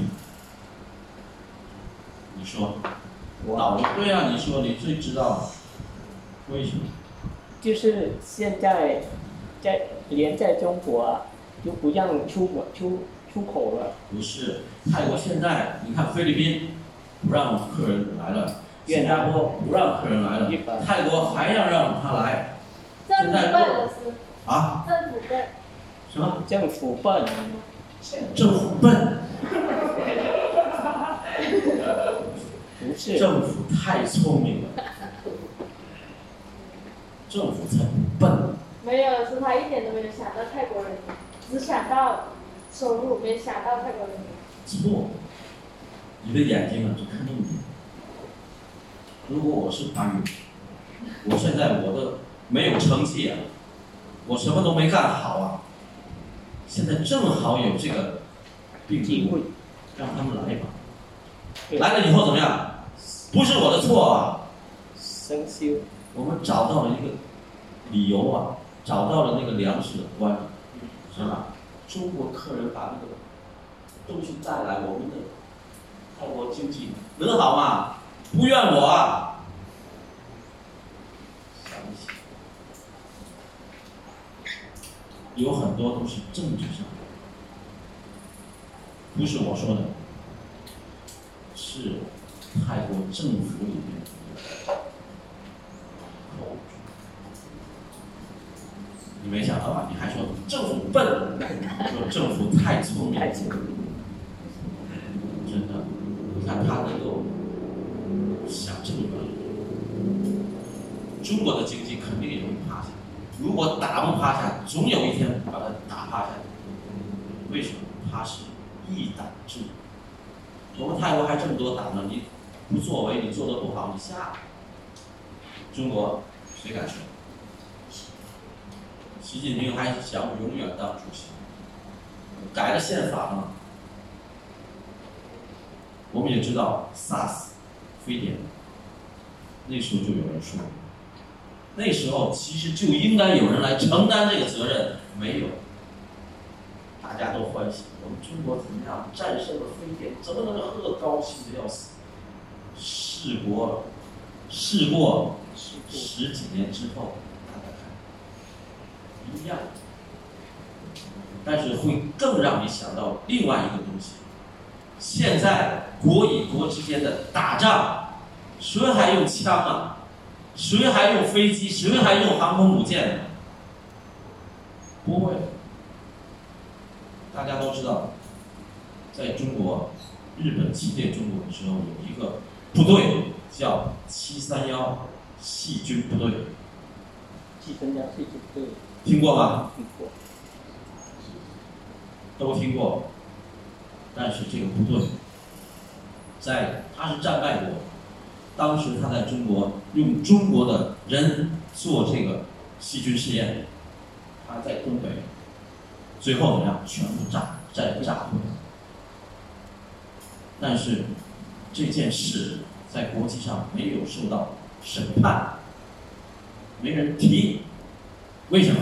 你说，脑子对啊，你说你最知道，为什么？ 就是现在在中国就不让出口了。 不是，泰国现在你看菲律宾不让客人来了。新加坡不让客人来了，泰国还要让他来。现在啊？ 政府笨。 什么？ 政府笨。 政府笨。 不是。 政府太聪明了。政府才不笨。 没有，是他一点都没有想到泰国人民，只想到收入，没想到泰国人民。 错，你的眼睛啊只看重你。如果我是潘宇，我现在我的没有成绩啊，我什么都没干好啊，现在正好有这个病毒，让他们来吧。来了以后怎么样？不是我的错啊。 生锈。 我们找到了一个理由啊，找到了那个粮食的关系，是吧？中国客人把那个东西带来，我们的泰国经济能好吗？不怨我啊。想一想，有很多都是政治上的，不是我说的，是泰国政府里面的口诀。你没想到吧？你还说政府笨，说政府太聪明，真的，你看他能够想这么远。中国的经济肯定也会趴下，如果打不趴下，总有一天把它打趴下。为什么？它是一党制。我们泰国还这么多党呢，你不作为，你做得不好，你下。中国谁敢说？习近平还想永远当主席，改了宪法嘛。我们也知道 SARS 非典，那时候就有人说，那时候其实就应该有人来承担这个责任，没有，大家都欢喜，我们中国怎么样战胜了非典，怎么能乐高兴的要死？事过十几年之后，大家看一样，但是会更让你想到另外一个东西。现在国与国之间的打仗，谁还用枪啊？谁还用飞机？谁还用航空母舰呢？不会。大家都知道，在中国，日本侵略中国的时候，有一个部队叫731细菌部队。 731细菌部队。 听过吗？ 听过。 都听过。但是这个部队，他是战败国，当时他在中国用中国的人做这个细菌试验，他在东北，最后怎么样？全部炸毁。但是这件事在国际上没有受到审判，没人提，为什么？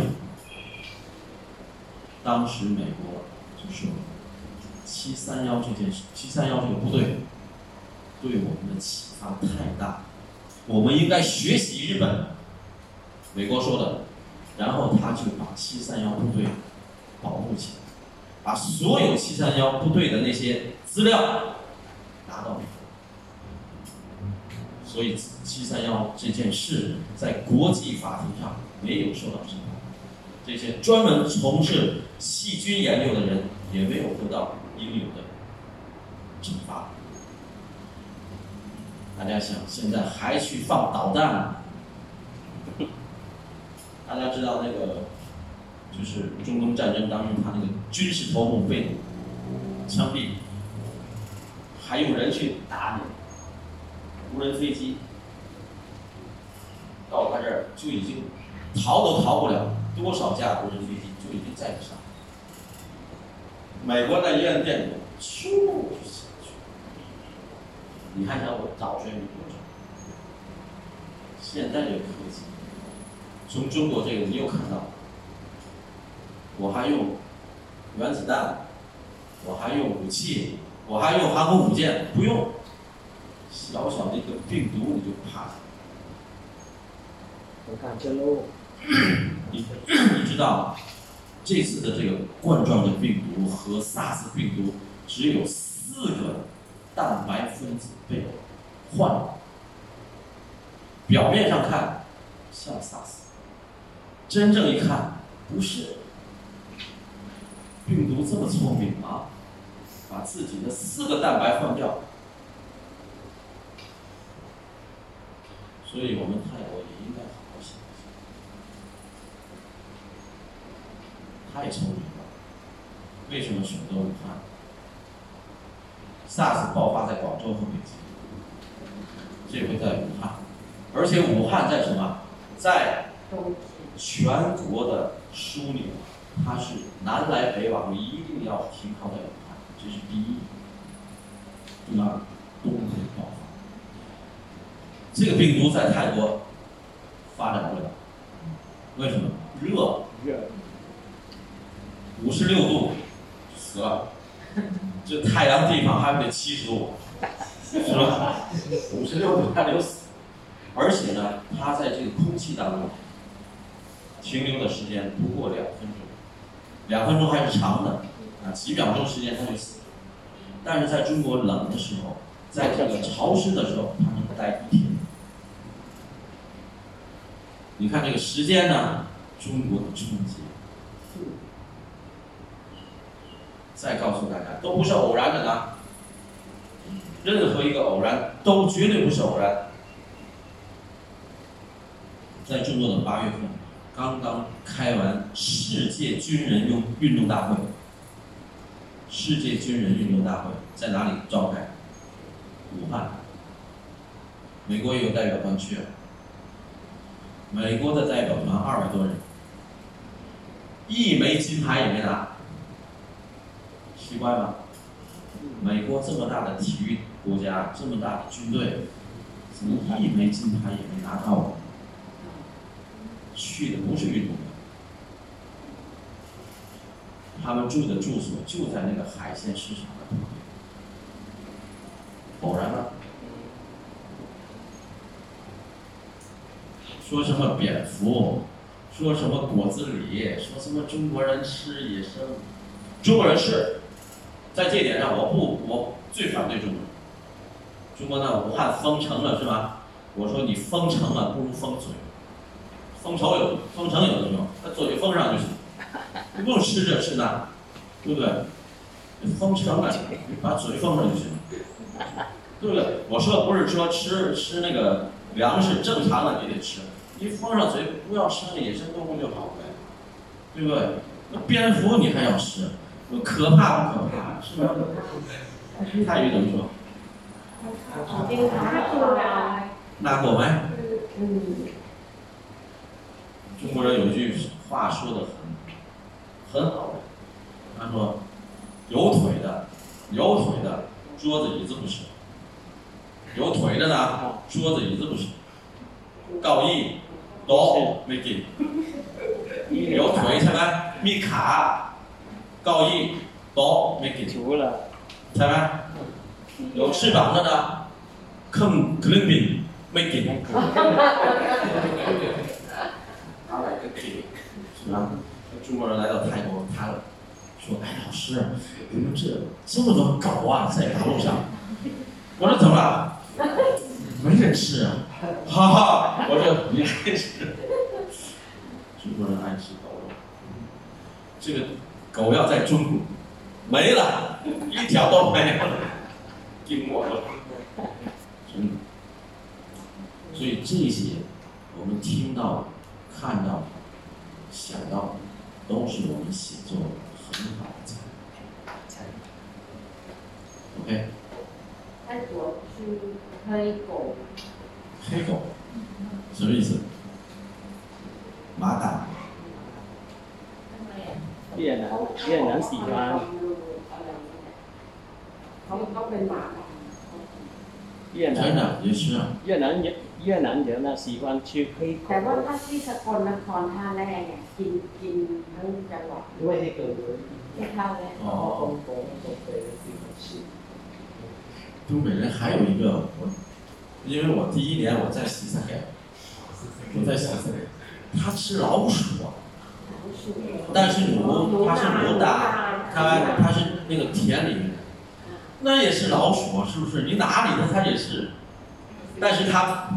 当时美国就说731这件事，731这个部队对我们的启发太大，我们应该学习日本。美国说的，然后他就把731部队保护起来，把所有731部队的那些资料拿到美国。所以731这件事在国际法庭上没有受到审判，这些专门从事细菌研究的人也没有得到应有的惩罚。大家想，现在还去放导弹？大家知道那个，就是中东战争当中，他那个军事头目被枪毙，还有人去打你，无人飞机到他这儿就已经逃都逃不了，多少架无人飞机就已经载不上。美国在烟店里咻下去，你还想我早学你多少？现在这个科技，从中国这个你又看到，我还用原子弹，我还用武器，我还用航空母舰，不用，小小的一个病毒你就怕了。 我看这喽。 你知道，这次的这个冠状的病毒和 SARS 病毒只有4个蛋白分子被换了，表面上看像 SARS， 真正一看不是。病毒这么聪明啊，把自己的4个蛋白换掉，所以我们泰国也应该好好想一想。 太聪明了。为什么选择武汉？SARS 爆发在广州和北京，这回在武汉，而且武汉在什么？在全国的枢纽，它是南来北往，一定要停靠在武汉，这是第一。第二，冬天爆发，这个病毒在泰国发展不了，为什么？热，56度死了，这太阳地方还得70度，是吧？56度还得死，而且呢，它在这个空气当中停留的时间不过2分钟，2分钟还是长的啊，几秒钟时间它就死了。但是在中国冷的时候，在这个潮湿的时候，它能待1天。你看这个时间呢，中国的春节。再告诉大家，都不是偶然的呢。任何一个偶然都绝对不是偶然。在中国的8月份，刚刚开完世界军人运动大会。世界军人运动大会在哪里召开？武汉。美国也有代表团去，美国的代表团200多人，1枚金牌也没拿，奇怪吗？美国这么大的体育国家，这么大的军队，怎么1枚金牌也没拿到？去的不是运动员，他们住的住所就在那个海鲜市场的旁边，偶然吗？说什么蝙蝠，说什么果子狸，说什么中国人吃野生，中国人是，在这点上我最反对中国人。中国呢，武汉封城了是吧？我说你封城了不如封嘴，封城有用，把嘴封上就行，你不用吃这吃那，对不对？你封城了，你把嘴封上就行，对不对？我说的不是说吃那个粮食正常的你得吃。你封上嘴，不要吃那野生动物就好呗，对不对？那蝙蝠你还要吃，那可怕不可怕？是吧？泰语怎么说？拿过没？中国人有句话说的很好的，他说：有腿的桌子椅子不是，有腿的呢桌子椅子不是，高义。都没给，有腿ใช่ไหมมีขาเก้าอี้โต๊ะไม่给，ใช่ไหม有翅膀的呢เครื่องบินไม่给，他来个给，是吧？中国人来到泰国，他说：“哎，老师，你们这么多狗啊，在马路上。”我说：“怎么了？没人吃啊。”哈哈，我说你真是，中国人爱吃狗肉，这个狗要在中国没了，1条都没有了，给我了，真的。所以这些我们听到的、看到的、想到的，都是我们写作很好的材料。OK。 泰国是黑狗。 黑狗什么意思？马大。 越南喜欢。越南也是啊。 越南人呢喜欢吃黑狗。 แต่ว่าถ้าที่สกลนครท่าแร่เนี่ยกินทั้งจังหวัดด้วยให้เกิดที่ท่าแร่东北人还有一个因为我第1年我在西三县，他吃老鼠，但是它是牡大，它是那个田里面，那也是老鼠，是不是？你哪里的它也是，但是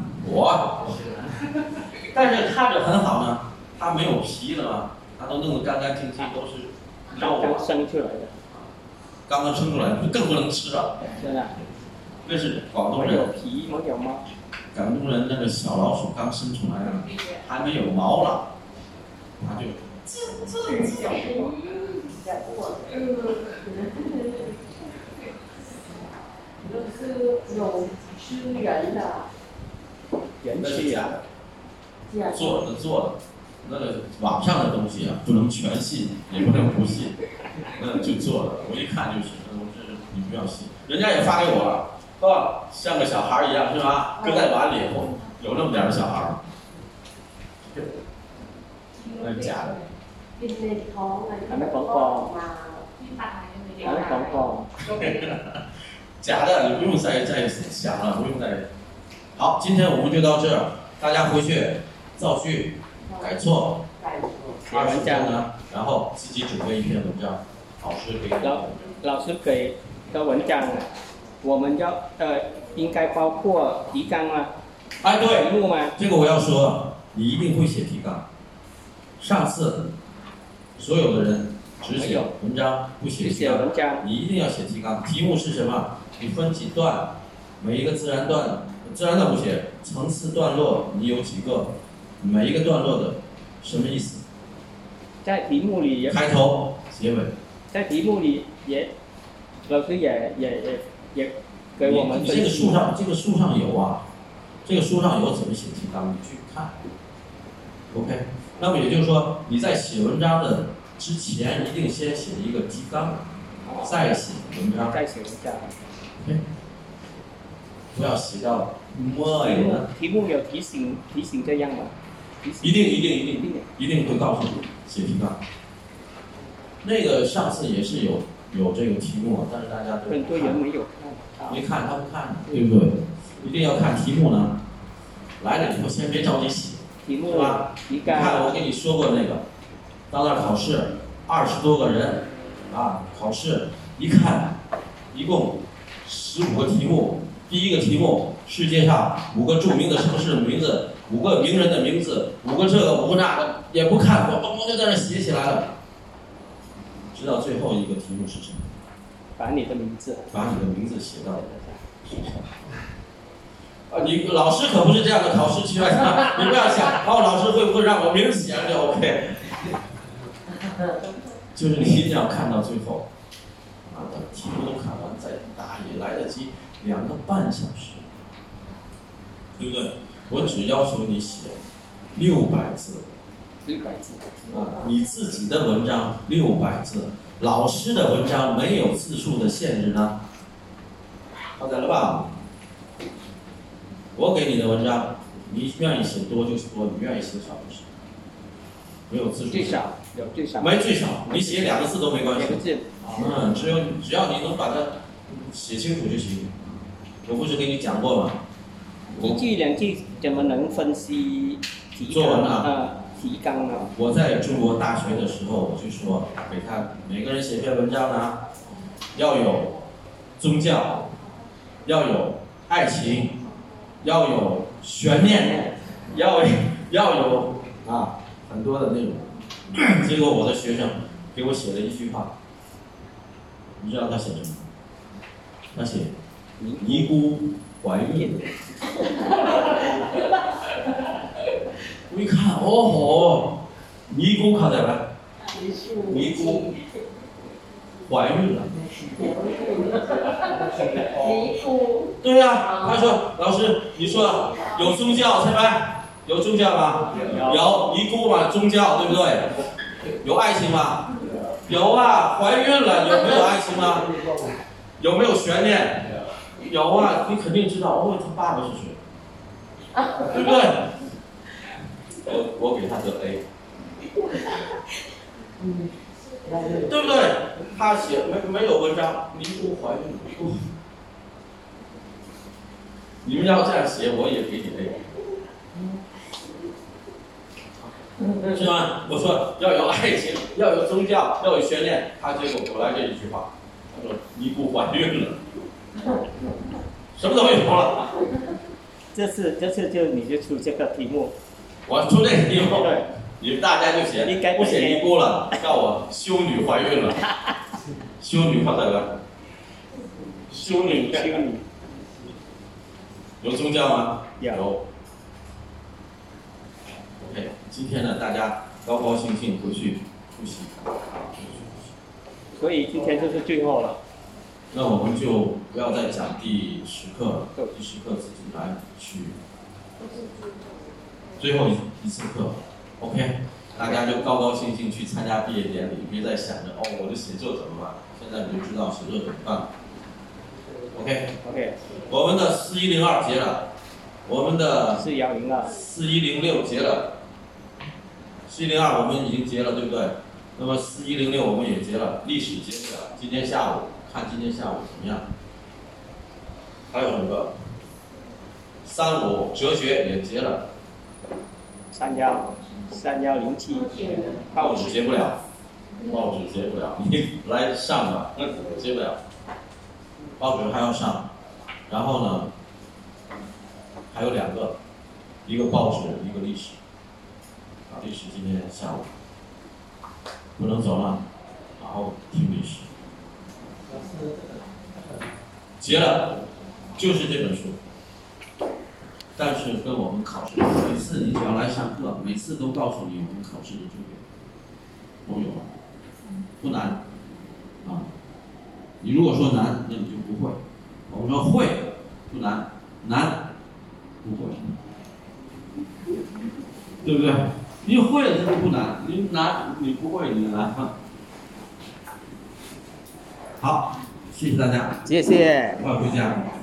但是它这很好呢，它没有皮了嘛，它都弄得干干净净，都是肉刚生出来的， 刚刚生出来就更不能吃了。 真的。 那是广东人。 没有皮，没有毛。 广东人那个小老鼠刚生出来，还没有毛了，他就都是有吃人的， 人气啊， 做的，那个网上的东西啊，不能全信，也不能不信，那就做的，我一看就是，这你不要信，人家也发给我了，是吧？像个小孩一样是吧？搁在碗里，有那么点儿小孩儿，那是假的。 กินในท้องอะไรอันนั้นของปลอมมาอันนั้นของปลอม假的，你不用再想了，不用再。好，今天我们就到这儿，大家回去造句、改错改错。 20分钟呢，然后自己准备一篇文章，老师给你。 老师给的文章，我们要应该包括提纲吗？ 哎，对， 题目吗？ 这个我要说，你一定会写提纲。上次所有的人只写文章，不写提纲。你一定要写提纲。题目是什么？你分几段，每一个自然段不写，层次段落你有几个，每一个段落的什么意思？ 在题目里开头、结尾。 在题目里老师也给我们分析。 这个书上有啊，这个书上有怎么写提纲，你去看。OK， 那么也就是说，你在写文章的之前，一定先写一个提纲，再写文章。 再写文章。 OK， 不要写到末尾的。 题目有提醒这样吗？ 一定会告诉你写提纲。那个上次也是有这个题目，但是大家都很多人没有看， 没看，他不看，对不对？一定要看题目呢。来了以后先别着急写， 题目是吧？你看我跟你说过那个，到那儿考试20多个人啊，考试一看，一共15个题目。第一个题目，世界上5个著名的城市的名字，5个名人的名字，5个这个5个那个，也不看，我就在那写起来了。知道最后一个题目是什么？ 把你的名字写到。你老师可不是这样的考试题啊！你不要想，老师会不会让我名字写上就 OK？ 就是你一定要看到最后，等题目都看完再答也来得及2个半小时，对不对？我只要求你写600字。 600字。 你自己的文章600字，老师的文章没有字数的限制呢，好在了吧？我给你的文章，你愿意写多就多，你愿意写少就少，没有字数。 最少。 没最少，你写2个字都没关系。只要你能把它写清楚就行。我不是给你讲过吗？ 1句2句怎么能分析作文啊？ 提纲呢？ 我在中国大学的时候，我就说给他每个人写篇文章呢，要有宗教，要有爱情，要有悬念，要有很多的内容。结果我的学生给我写了一句话，你知道他写什么？他写尼姑怀孕。我一看，尼姑看在哪？尼姑怀孕了。 尼姑。 对呀，他说老师，你说有宗教是吧？有宗教吗？有尼姑嘛，宗教对不对？有爱情吗？有啊，怀孕了，有没有爱情吗？有没有悬念？有啊，你肯定知道，他爸爸是谁，对不对？我给他个 A， 对不对？他写没有文章，尼姑怀孕，你们要这样写，我也给你 A。是吗？我说要有爱情，要有宗教，要有悬念，他结果我来这一句话，他说尼姑怀孕了，什么都有了。 这次就你就出这个题目， 我出这个题目，你们大家就写，不写尼姑了，叫我修女怀孕了，修女看到了，修女有宗教吗？有。OK， 今天呢，大家高高兴兴回去复习。 所以今天就是最后了。 那我们就不要再讲第10课了，第10课自己来去。最后一次课 ，OK， 大家就高高兴兴去参加毕业典礼，别再想着哦，我的写作怎么办？现在你就知道写作怎么办。OK， 我们的4102结了，我们的4106结了，4102我们已经结了，对不对？那么4106我们也结了，历史结不了，今天下午看今天下午怎么样？还有什么？35哲学也结了 3107， 报纸结不了，你来上吧，结不了，报纸还要上，然后呢，还有2个，一个报纸，一个历史，历史今天下午不能走了，好好听历史，结了，就是这本书。但是跟我们考试，每次你只要来上课，每次都告诉你我们考试的重点，都有了，不难，啊，你如果说难，那你就不会。我们说会不难，难不会，对不对？你会了这就不难，你难你不会你难吗？好，谢谢大家， 谢谢， 快回家。